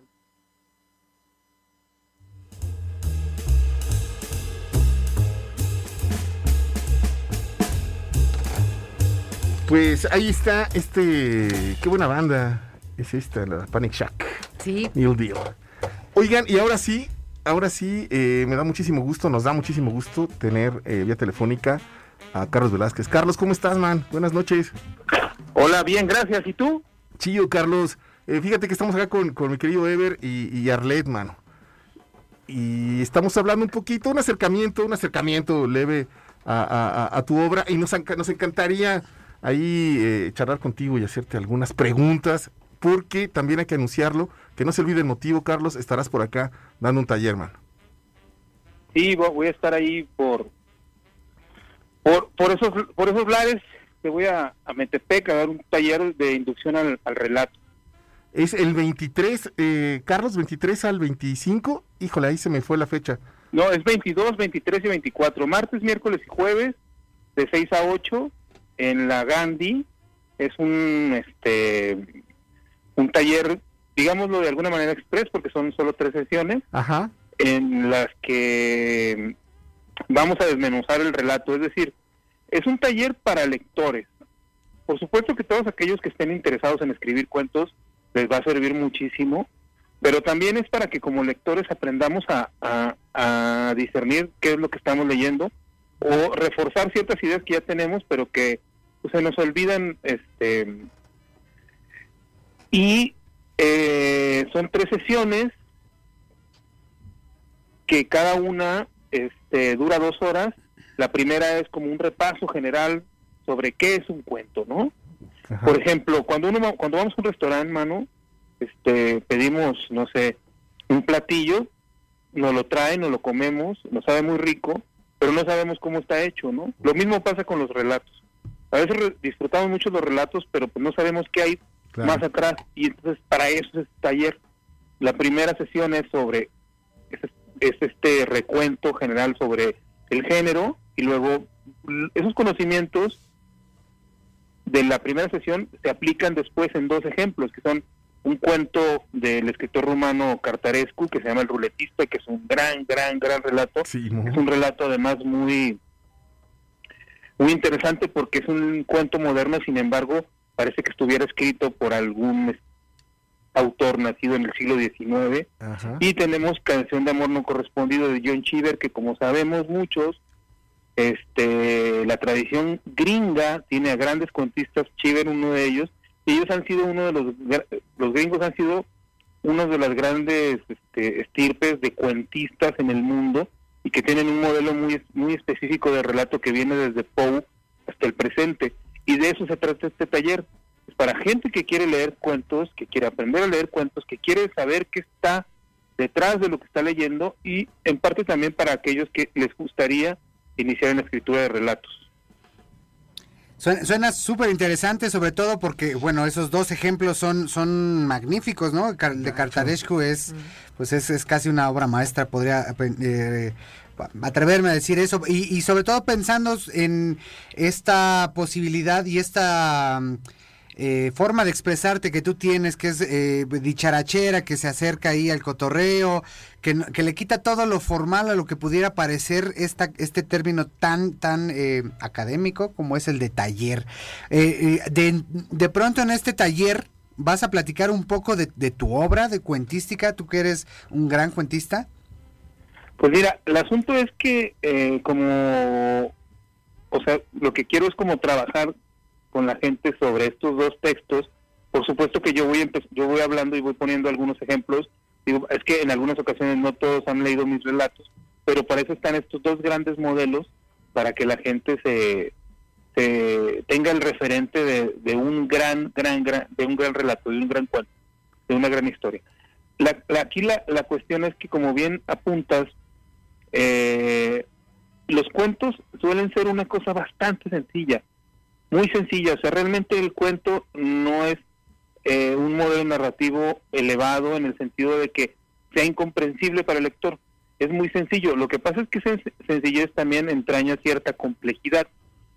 Pues ahí está, este, qué buena banda es esta, la Panic Shack. Sí. Neil Deal. Oigan, y ahora sí, ahora sí, eh, me da muchísimo gusto, nos da muchísimo gusto tener eh, vía telefónica a Carlos Velázquez. Carlos, ¿cómo estás, man? Buenas noches. Hola, bien, gracias. ¿Y tú? Chido, Carlos. Eh, fíjate que estamos acá con, con mi querido Ever y, y Arlet, mano. Y estamos hablando un poquito, un acercamiento, un acercamiento leve a, a, a, a tu obra, y nos, nos encantaría ahí eh, charlar contigo y hacerte algunas preguntas, porque también hay que anunciarlo, que no se olvide el motivo, Carlos, estarás por acá dando un taller, man. Sí, voy a estar ahí por por, por esos por esos lares, te voy a, a Metepec a dar un taller de inducción al, al relato. Es el veintitrés, eh, Carlos, veintitrés al veinticinco, híjole, ahí se me fue la fecha. No, es veintidós, veintitrés y veinticuatro, martes, miércoles y jueves, de seis a ocho, en la Gandhi. Es un este un taller, digámoslo de alguna manera express, porque son solo tres sesiones. Ajá. En las que vamos a desmenuzar el relato, es decir, es un taller para lectores. Por supuesto que todos aquellos que estén interesados en escribir cuentos les va a servir muchísimo, pero también es para que como lectores aprendamos a, a, a discernir qué es lo que estamos leyendo, o reforzar ciertas ideas que ya tenemos, pero que pues, se nos olvidan. este Y eh, son tres sesiones que cada una este, dura dos horas. La primera es como un repaso general sobre qué es un cuento, ¿no? Ajá. Por ejemplo, cuando uno cuando vamos a un restaurante, mano, este, pedimos, no sé, un platillo, nos lo traen, nos lo comemos, nos sabe muy rico, pero no sabemos cómo está hecho, ¿no? Lo mismo pasa con los relatos. A veces re- disfrutamos mucho los relatos, pero pues no sabemos qué hay claro. más atrás, y entonces para eso es este taller. La primera sesión es sobre es, es este recuento general sobre el género, y luego esos conocimientos de la primera sesión se aplican después en dos ejemplos, que son un cuento del escritor rumano Cartarescu, que se llama El ruletista, que es un gran, gran, gran relato. Sí, ¿no? Es un relato además muy muy interesante, porque es un cuento moderno, sin embargo, parece que estuviera escrito por algún autor nacido en el siglo diecinueve. Ajá. Y tenemos Canción de amor no correspondido de John Cheever, que como sabemos muchos, este la tradición gringa tiene a grandes cuentistas, Cheever uno de ellos, y ellos han sido uno de los, los gringos han sido uno de las grandes este, estirpes de cuentistas en el mundo, y que tienen un modelo muy muy específico de relato que viene desde Poe hasta el presente, y de eso se trata este taller. Es para gente que quiere leer cuentos, que quiere aprender a leer cuentos, que quiere saber qué está detrás de lo que está leyendo, y en parte también para aquellos que les gustaría iniciar en la escritura de relatos. Suena súper interesante, sobre todo porque, bueno, esos dos ejemplos son son magníficos, ¿no? El de Cartarescu es, pues es, es casi una obra maestra, podría eh, atreverme a decir eso, y, y sobre todo pensando en esta posibilidad y esta eh, forma de expresarte que tú tienes, que es eh, dicharachera, que se acerca ahí al cotorreo, que, que le quita todo lo formal a lo que pudiera parecer esta, este término tan tan eh, académico como es el de taller. Eh, eh, de, de pronto en este taller vas a platicar un poco de, de tu obra de cuentística, tú que eres un gran cuentista. Pues mira, el asunto es que eh, como, o sea, lo que quiero es como trabajar con la gente sobre estos dos textos. Por supuesto que yo voy empe- yo voy hablando y voy poniendo algunos ejemplos. Digo, es que en algunas ocasiones no todos han leído mis relatos, pero para eso están estos dos grandes modelos, para que la gente se, se tenga el referente de, de un gran, gran, gran, de un gran relato, de un gran cuento, de una gran historia. La, la, aquí la, la cuestión es que, como bien apuntas, eh, los cuentos suelen ser una cosa bastante sencilla, muy sencilla. O sea, realmente el cuento no es eh, un modelo narrativo elevado en el sentido de que sea incomprensible para el lector. Es muy sencillo. Lo que pasa es que esa sencillez también entraña cierta complejidad,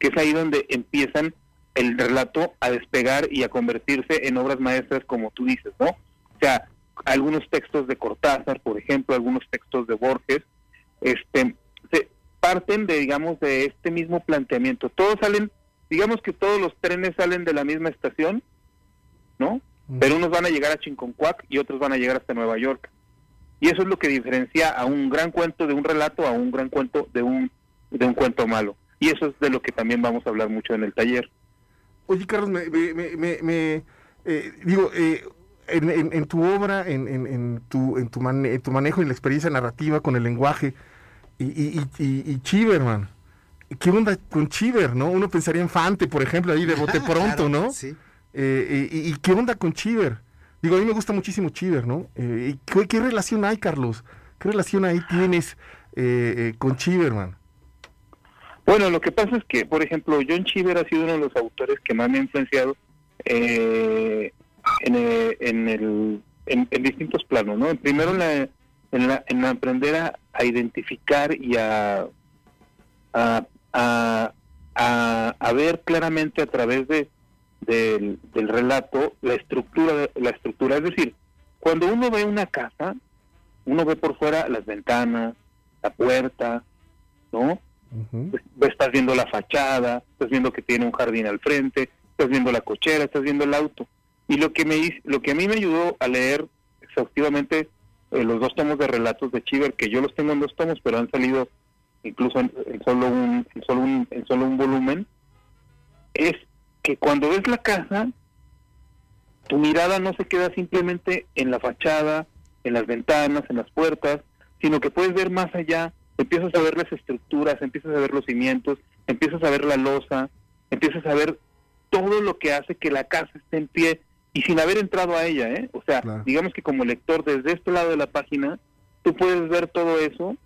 que es ahí donde empiezan el relato a despegar y a convertirse en obras maestras, como tú dices, ¿no? O sea, algunos textos de Cortázar, por ejemplo, algunos textos de Borges, este, se parten de, digamos, de este mismo planteamiento. Todos salen, digamos que todos los trenes salen de la misma estación, ¿no? Mm. Pero unos van a llegar a Chinconcuac y otros van a llegar hasta Nueva York. Y eso es lo que diferencia a un gran cuento de un relato a un gran cuento de un de un cuento malo. Y eso es de lo que también vamos a hablar mucho en el taller. Oye, Carlos, me, me, me, me eh, digo, eh, en, en, en tu obra, en, en, en, tu, en, tu mane, en tu manejo y la experiencia narrativa con el lenguaje, y, y, y, y Chiver, man, ¿qué onda con Chiver, no? Uno pensaría en Fante, por ejemplo, ahí de bote pronto, claro, ¿no? Sí. Eh, y, y qué onda con Chiver. Digo, a mí me gusta muchísimo Chiver, ¿no? Eh, ¿y qué, ¿Qué relación hay, Carlos? ¿Qué relación ahí tienes eh, eh, con Chiver, man? Bueno, lo que pasa es que, por ejemplo, John Cheever ha sido uno de los autores que más me ha influenciado eh, en, el, en, el, en, en distintos planos, ¿no? Primero en, la, en, la, en aprender a, a identificar y a, a, a, a, a ver claramente a través de del, del relato la estructura, la estructura, es decir, cuando uno ve una casa, uno ve por fuera las ventanas, la puerta, ¿no? Uh-huh. Pues, estás viendo la fachada, estás viendo que tiene un jardín al frente, estás viendo la cochera, estás viendo el auto. Y lo que me lo que a mí me ayudó a leer exhaustivamente eh, los dos tomos de relatos de Cheever, que yo los tengo en dos tomos, pero han salido incluso en, en solo un en solo un en solo un volumen, es que cuando ves la casa, tu mirada no se queda simplemente en la fachada, en las ventanas, en las puertas, sino que puedes ver más allá. Empiezas a ver las estructuras, empiezas a ver los cimientos, empiezas a ver la losa, empiezas a ver todo lo que hace que la casa esté en pie y sin haber entrado a ella, ¿eh? O sea, claro, digamos que como lector desde este lado de la página, tú puedes ver todo eso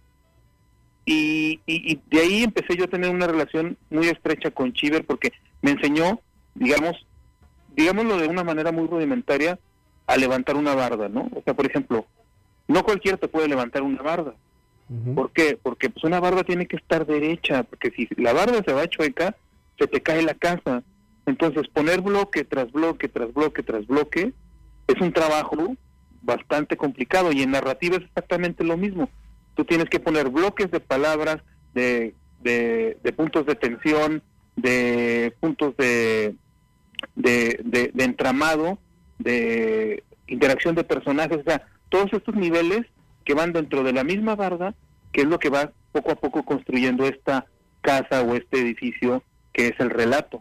y, y, y de ahí empecé yo a tener una relación muy estrecha con Cheever porque me enseñó, digamos, digámoslo de una manera muy rudimentaria, a levantar una barda, ¿no? O sea, por ejemplo, no cualquiera te puede levantar una barda. Uh-huh. ¿Por qué? Porque pues una barda tiene que estar derecha, porque si la barda se va chueca, se te cae la casa. Entonces, poner bloque tras bloque, tras bloque, tras bloque, es un trabajo bastante complicado, y en narrativa es exactamente lo mismo. Tú tienes que poner bloques de palabras, de, de, de puntos de tensión, de puntos de, de, de, de entramado, de interacción de personajes, o sea, todos estos niveles que van dentro de la misma barda, que es lo que va poco a poco construyendo esta casa o este edificio que es el relato.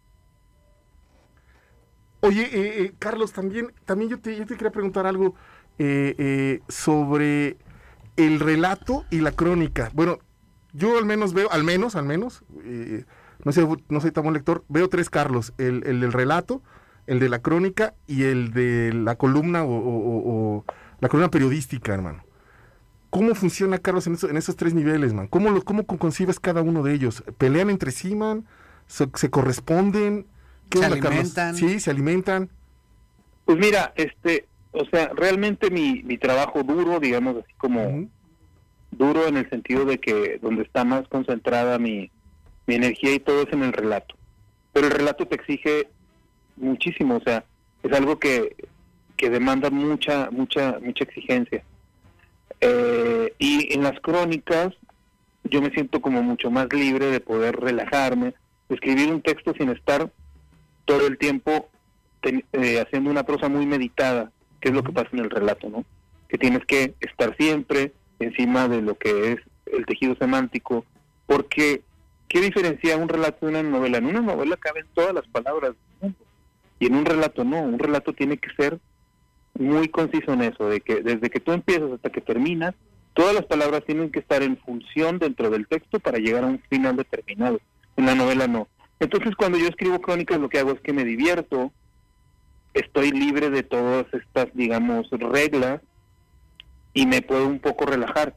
Oye, eh, eh, Carlos, también también yo te, yo te quería preguntar algo eh, eh, sobre el relato y la crónica. Bueno, yo al menos veo, al menos, al menos, eh, no sé, no soy tan buen lector, veo tres Carlos, el, el del relato, el de la crónica y el de la columna o, o, o la columna periodística, hermano. ¿Cómo funciona, Carlos, en, eso, en esos tres niveles, man? ¿Cómo, lo, ¿Cómo concibes cada uno de ellos? ¿Pelean entre sí, man? ¿Se, se corresponden? ¿Qué ¿Se onda, alimentan? Carlos? Sí, se alimentan. Pues mira, este, o sea, realmente mi, mi trabajo duro, digamos así como uh-huh. duro en el sentido de que donde está más concentrada mi, mi energía y todo es en el relato. Pero el relato te exige muchísimo, o sea, es algo que, que demanda mucha, mucha, mucha exigencia. Eh, y en las crónicas yo me siento como mucho más libre de poder relajarme, escribir un texto sin estar todo el tiempo ten, eh, haciendo una prosa muy meditada, que es lo que pasa en el relato, ¿no? Que tienes que estar siempre encima de lo que es el tejido semántico, porque ¿qué diferencia un relato de una novela? En una novela caben todas las palabras del mundo, y en un relato no, un relato tiene que ser muy conciso en eso, de que desde que tú empiezas hasta que terminas, todas las palabras tienen que estar en función dentro del texto para llegar a un final determinado. En la novela no. Entonces, cuando yo escribo crónicas, lo que hago es que me divierto, estoy libre de todas estas, digamos, reglas, y me puedo un poco relajar.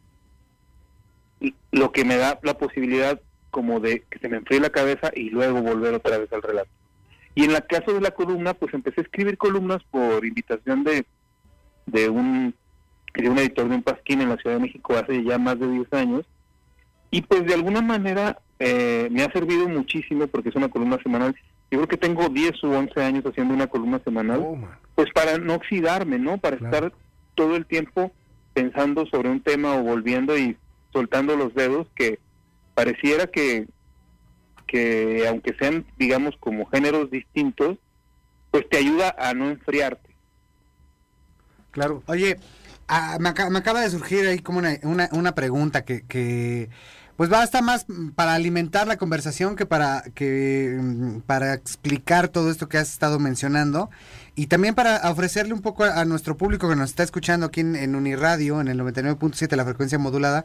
Y lo que me da la posibilidad como de que se me enfríe la cabeza y luego volver otra vez al relato. Y en el caso de la columna, pues empecé a escribir columnas por invitación de de un de un editor de un pasquín en la Ciudad de México hace ya más de diez años, y pues de alguna manera eh, me ha servido muchísimo porque es una columna semanal. Yo creo que tengo diez u once años haciendo una columna semanal, Oh, man. pues para no oxidarme, ¿no? Para Claro. estar todo el tiempo pensando sobre un tema o volviendo y soltando los dedos, que pareciera que, que aunque sean, digamos, como géneros distintos, pues te ayuda a no enfriarte. Claro. Oye, ah, me, aca- me acaba de surgir ahí como una, una, una pregunta que, que pues va a estar más para alimentar la conversación que para que mm, para explicar todo esto que has estado mencionando y también para ofrecerle un poco a, a nuestro público que nos está escuchando aquí en, en Uniradio, en el noventa y nueve punto siete, la frecuencia modulada,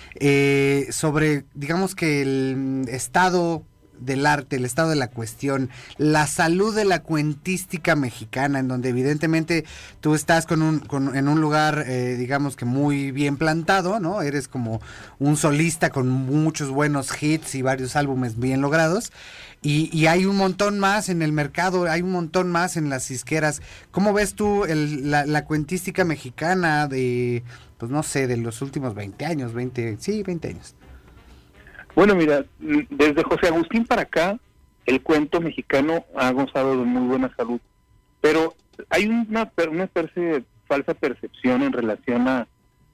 eh, sobre, digamos que el mm, estado del arte, el estado de la cuestión, la salud de la cuentística mexicana, en donde evidentemente tú estás con un, con, en un lugar, eh, digamos que muy bien plantado, ¿no? Eres como un solista con muchos buenos hits y varios álbumes bien logrados, y, y hay un montón más en el mercado, hay un montón más en las disqueras. ¿Cómo ves tú el, la, la cuentística mexicana de, pues no sé, de los últimos veinte años, veinte, sí, veinte años? Bueno, mira, desde José Agustín para acá, el cuento mexicano ha gozado de muy buena salud, pero hay una, una perce, falsa percepción en relación a,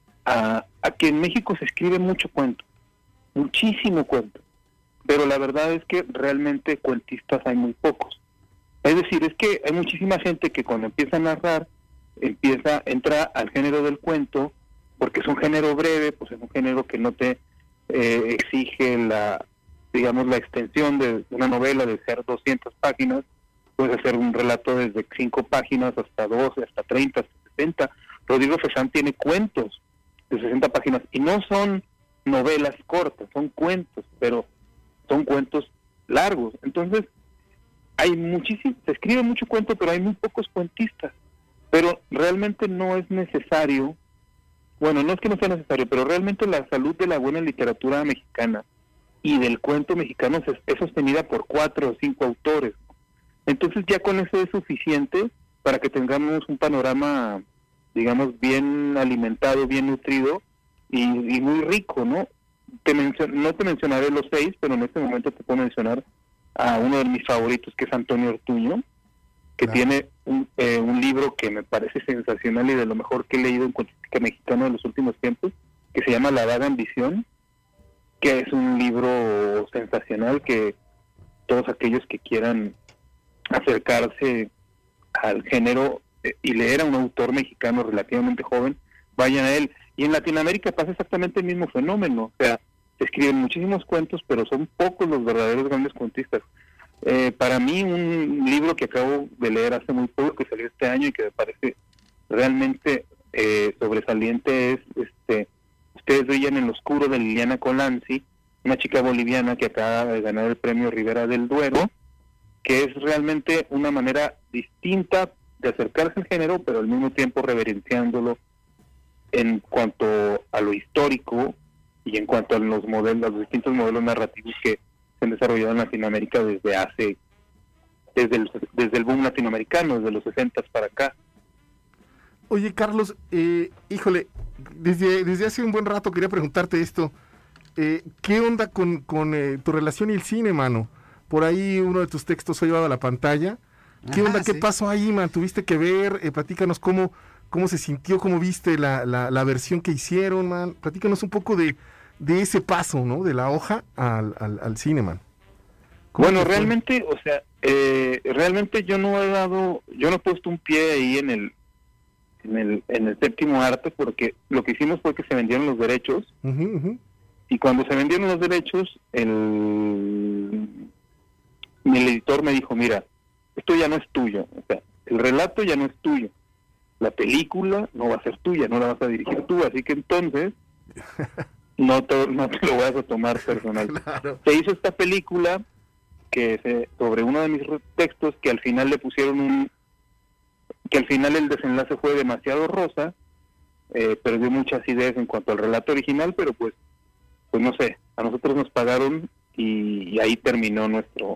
a, a que en México se escribe mucho cuento, muchísimo cuento, pero la verdad es que realmente cuentistas hay muy pocos. Es decir, es que hay muchísima gente que cuando empieza a narrar, empieza, entra al género del cuento, porque es un género breve, pues es un género que no te eh, exige la, digamos, la extensión de una novela de ser doscientas páginas, puedes hacer un relato desde cinco páginas hasta doce, hasta treinta, hasta sesenta. Rodrigo Fechán tiene cuentos de sesenta páginas, y no son novelas cortas, son cuentos, pero son cuentos largos. Entonces, hay muchísimo, se escribe mucho cuento, pero hay muy pocos cuentistas. Pero realmente no es necesario, bueno, no es que no sea necesario, pero realmente la salud de la buena literatura mexicana y del cuento mexicano es, es sostenida por cuatro o cinco autores. Entonces ya con eso es suficiente para que tengamos un panorama, digamos, bien alimentado, bien nutrido y, y muy rico, ¿no? Te mencion- no te mencionaré los seis, pero en este momento te puedo mencionar a uno de mis favoritos, que es Antonio Ortuño, que Claro. tiene un, eh, un libro que me parece sensacional y de lo mejor que he leído en cuentística mexicana de los últimos tiempos, que se llama La Vaga Ambición, que es un libro sensacional que todos aquellos que quieran acercarse al género eh, y leer a un autor mexicano relativamente joven, vayan a él. Y en Latinoamérica pasa exactamente el mismo fenómeno, o sea, se escriben muchísimos cuentos, pero son pocos los verdaderos grandes cuentistas. Eh, para mí, un libro que acabo de leer hace muy poco, que salió este año y que me parece realmente eh, sobresaliente, es este Ustedes brillan en lo oscuro, de Liliana Colanzi, una chica boliviana que acaba de ganar el premio Rivera del Duero, que es realmente una manera distinta de acercarse al género, pero al mismo tiempo reverenciándolo en cuanto a lo histórico y en cuanto a los modelos, los distintos modelos narrativos que se han desarrollado en Latinoamérica desde hace, desde el, desde el boom latinoamericano, desde los sesentas para acá. Oye, Carlos, eh, híjole, desde, desde hace un buen rato quería preguntarte esto. Eh, ¿Qué onda con, con eh, tu relación y el cine, mano? Por ahí uno de tus textos ha llevado a la pantalla. ¿Qué Ajá, onda? ¿Qué sí. pasó ahí, man? ¿Tuviste que ver? Eh, platícanos cómo, cómo se sintió, cómo viste la, la, la versión que hicieron, man. Platícanos un poco de, de ese paso, ¿no? De la hoja al, al, al cine, man. ¿Cómo Bueno, te fue? realmente, o sea, eh, realmente yo no he dado, yo no he puesto un pie ahí en el, en el, en el séptimo arte, porque lo que hicimos fue que se vendieron los derechos, Ujú, ujú. y cuando se vendieron los derechos, el, mi editor me dijo, mira, esto ya no es tuyo, o sea, el relato ya no es tuyo, la película no va a ser tuya, no la vas a dirigir tú, así que entonces no te, no te lo vas a tomar personal. Claro. Se hizo esta película que se, sobre uno de mis textos, que al final le pusieron un, que al final el desenlace fue demasiado rosa, eh, perdió muchas ideas en cuanto al relato original, pero pues, pues no sé, a nosotros nos pagaron y, y ahí terminó nuestro,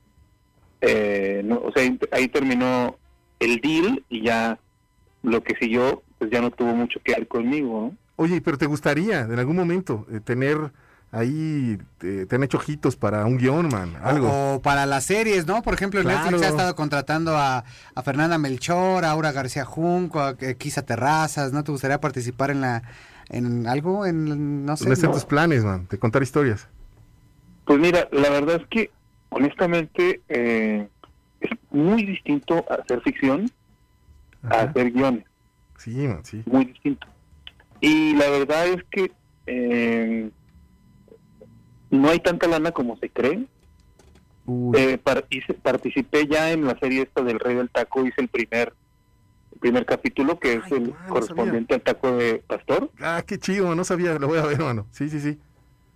eh, no, o sea, ahí terminó el deal, y ya lo que siguió, pues ya no tuvo mucho que ver conmigo, ¿no? Oye, pero ¿te gustaría en algún momento eh, tener ahí te, te han hecho ojitos para un guión, man, algo. O, o para las series, ¿no? Por ejemplo, Claro. Netflix ha estado contratando a, a Fernanda Melchor, a Aura García Junco, a Kisa Terrazas, ¿no? ¿Te gustaría participar en la en algo? En, no sé. ¿Cuáles son ¿no? tus planes, man, de contar historias? Pues mira, la verdad es que, honestamente, eh, es muy distinto hacer ficción Ajá. a hacer guiones. Sí, man, sí. Muy distinto. Y la verdad es que eh, no hay tanta lana como se cree. Uy. Eh, par- hice- participé ya en la serie esta del Rey del Taco, hice el primer el primer capítulo, que es Ay, el man, no correspondiente al taco de Pastor. Ah, qué chido, man, no sabía, lo voy a ver, mano. Sí, sí, sí.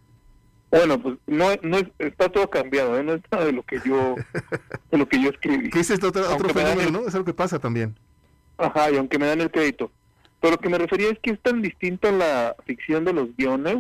Bueno, pues no, no es- está todo cambiado, ¿eh? No es nada de lo que yo de lo que yo escribí. ¿Qué es esto? Otro, otro Aunque me dan fenómeno, el- ¿no? Es algo que pasa también. Ajá, y aunque me dan el crédito. Pero lo que me refería es que es tan distinta la ficción de los guiones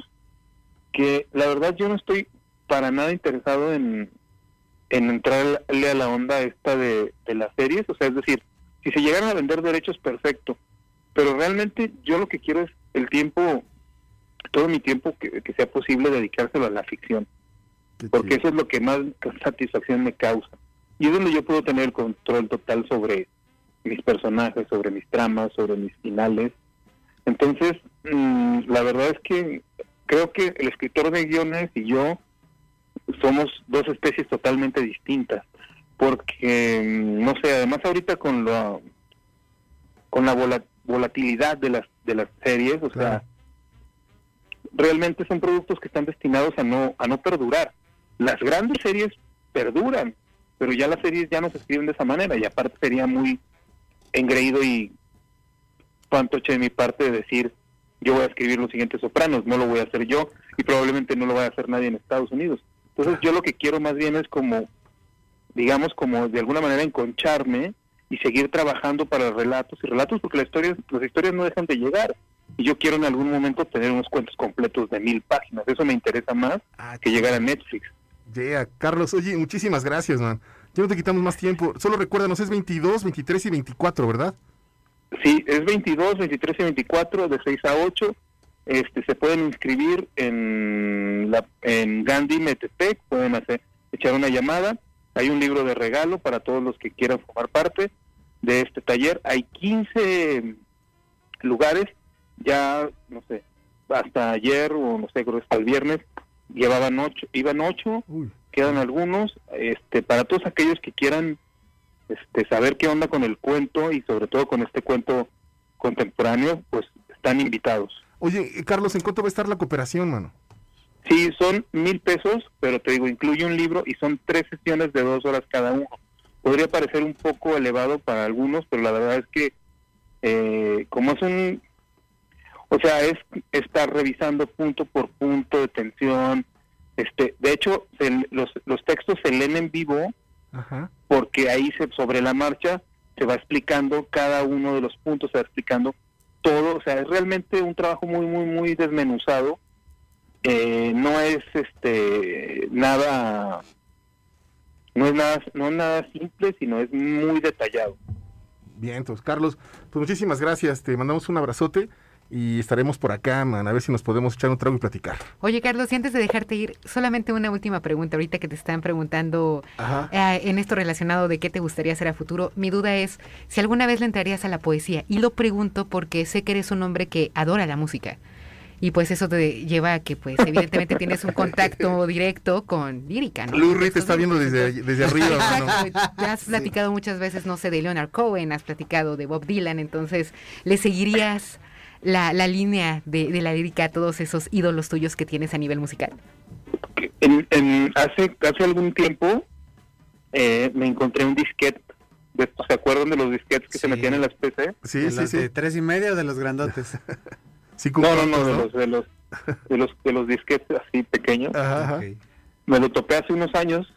que la verdad yo no estoy para nada interesado en, en entrarle a la onda esta de, de las series. O sea, es decir, si se llegaran a vender derechos, perfecto. Pero realmente yo lo que quiero es el tiempo, todo mi tiempo que, que sea posible dedicárselo a la ficción. Qué Porque chido. eso es lo que más satisfacción me causa. Y es donde yo puedo tener el control total sobre mis personajes, sobre mis tramas, sobre mis finales. Entonces, mmm, la verdad es que creo que el escritor de guiones y yo somos dos especies totalmente distintas. Porque, mm, no sé, además ahorita con la, con la vola- volatilidad de las, de las series, o Claro. sea, realmente son productos que están destinados a no, a no perdurar. Las grandes series perduran, pero ya las series ya no se escriben de esa manera, y aparte sería muy engreído y fantoche de mi parte de decir yo voy a escribir Los Siguientes Sopranos, no lo voy a hacer yo y probablemente no lo vaya a hacer nadie en Estados Unidos. Entonces yo lo que quiero más bien es como, digamos, como de alguna manera enconcharme y seguir trabajando para relatos y relatos, porque las historias, las historias no dejan de llegar, y yo quiero en algún momento tener unos cuentos completos de mil páginas. Eso me interesa más Ah, que llegar a Netflix. Yeah, Carlos, oye, muchísimas gracias, man. Ya no te quitamos más tiempo. Solo recuérdanos, es veintidós, veintitrés y veinticuatro, ¿verdad? Sí, es veintidós, veintitrés y veinticuatro, de seis a ocho. Este, se pueden inscribir en la en Gandhi Metepec, pueden hacer echar una llamada. Hay un libro de regalo para todos los que quieran formar parte de este taller. Hay quince lugares, ya, no sé, hasta ayer o no sé, creo que hasta el viernes llevaban ocho, iban ocho, Uy. quedan algunos, este, para todos aquellos que quieran este, saber qué onda con el cuento y sobre todo con este cuento contemporáneo, pues están invitados. Oye, eh, Carlos, ¿en cuánto va a estar la cooperación, mano? Sí, son mil pesos, pero te digo, incluye un libro y son tres sesiones de dos horas cada uno. Podría parecer un poco elevado para algunos, pero la verdad es que eh, como es un, o sea, es estar revisando punto por punto de tensión. Este, de hecho, se, los, los textos se leen en vivo. Ajá. Porque ahí se, sobre la marcha se va explicando cada uno de los puntos, se va explicando todo. O sea, es realmente un trabajo muy, muy, muy desmenuzado. Eh, no es este nada, no es nada, no es nada simple, sino es muy detallado. Bien, entonces, Carlos, pues muchísimas gracias. Te mandamos un abrazote y estaremos por acá, man, a ver si nos podemos echar un trago y platicar. Oye, Carlos, y antes de dejarte ir, solamente una última pregunta. Ahorita que te están preguntando Ajá. eh, en esto relacionado de qué te gustaría hacer a futuro, mi duda es si alguna vez le entrarías a la poesía. Y lo pregunto porque sé que eres un hombre que adora la música. Y pues eso te lleva a que, pues, evidentemente tienes un contacto directo con lírica, ¿no? Lurri te está viendo desde, desde arriba, mano. Exacto. Ya has platicado muchas veces, no sé, de Leonard Cohen, has platicado de Bob Dylan, entonces, ¿le seguirías la, la línea de, de la lírica a todos esos ídolos tuyos que tienes a nivel musical? En, en, hace, hace algún tiempo eh, me encontré un disquete. De, ¿se acuerdan de los disquetes que Sí. se metían en las P C? Sí, ¿De sí, los sí. de tres y medio o de los grandotes? Sí, con No, no, no, cuartos, de los, de los, de los, de los disquetes así pequeños. Ajá, ajá. Ok. Me lo topé hace unos años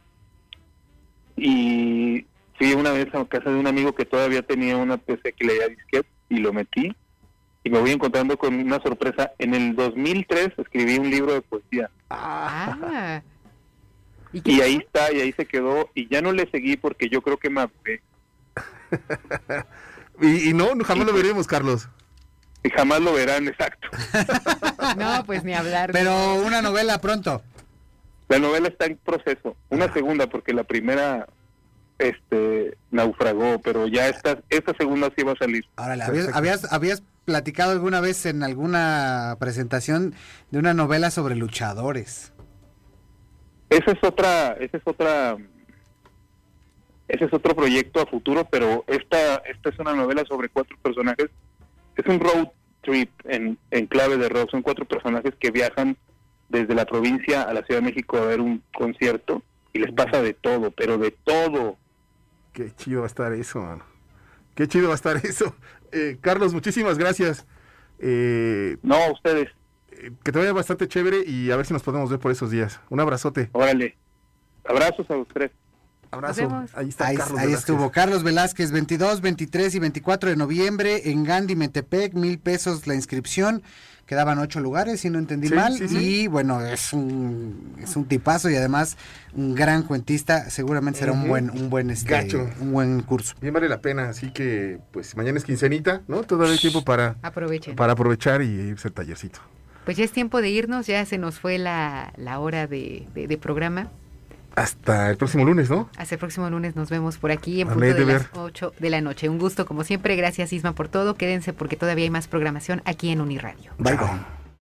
y fui una vez a casa de un amigo que todavía tenía una P C que leía disquete y lo metí y me voy encontrando con una sorpresa. En el dos mil tres escribí un libro de poesía Ah. ¿Y qué y pasó? ahí está, y ahí se quedó y ya no le seguí porque yo creo que me apuré. Y, y no, jamás lo veremos, Carlos. Y jamás lo verán, exacto. No, pues ni hablar. Pero una novela pronto. La novela está en proceso, una segunda, porque la primera este naufragó, pero ya esta, esta segunda sí va a salir. Ahora, ¿habías, habías, habías platicado alguna vez en alguna presentación de una novela sobre luchadores? Esa es otra, esa es otra, ese es otro proyecto a futuro, pero esta, esta es una novela sobre cuatro personajes. Es un road trip en, en clave de rock. Son cuatro personajes que viajan desde la provincia a la Ciudad de México a ver un concierto y les pasa de todo, pero de todo. Qué chido va a estar eso, mano. Qué chido va a estar eso. Eh, Carlos, muchísimas gracias. Eh, no, a ustedes. Eh, que te vaya bastante chévere y a ver si nos podemos ver por esos días. Un abrazote. Órale. Abrazos a los tres. Abrazo. Ahí está ahí, Carlos ahí Velázquez. estuvo Carlos Velázquez, veintidós, veintitrés y veinticuatro de noviembre en Gandhi, Metepec, mil pesos la inscripción. Quedaban ocho lugares, si no entendí Sí, mal. sí, sí. Y bueno, es un es un tipazo y además un gran cuentista. Seguramente será Uh-huh. un buen un buen este Gacho. un buen curso. Bien vale la pena, así que pues mañana es quincenita, ¿no? Todavía hay tiempo para, Aprovechen. para aprovechar y irse al tallercito. Pues ya es tiempo de irnos, ya se nos fue la, la hora de, de, de programa. Hasta el próximo lunes, ¿no? Hasta el próximo lunes nos vemos por aquí en A punto de Medever. las ocho de la noche. Un gusto como siempre, gracias Isma por todo, quédense porque todavía hay más programación aquí en Uniradio. Bye bye.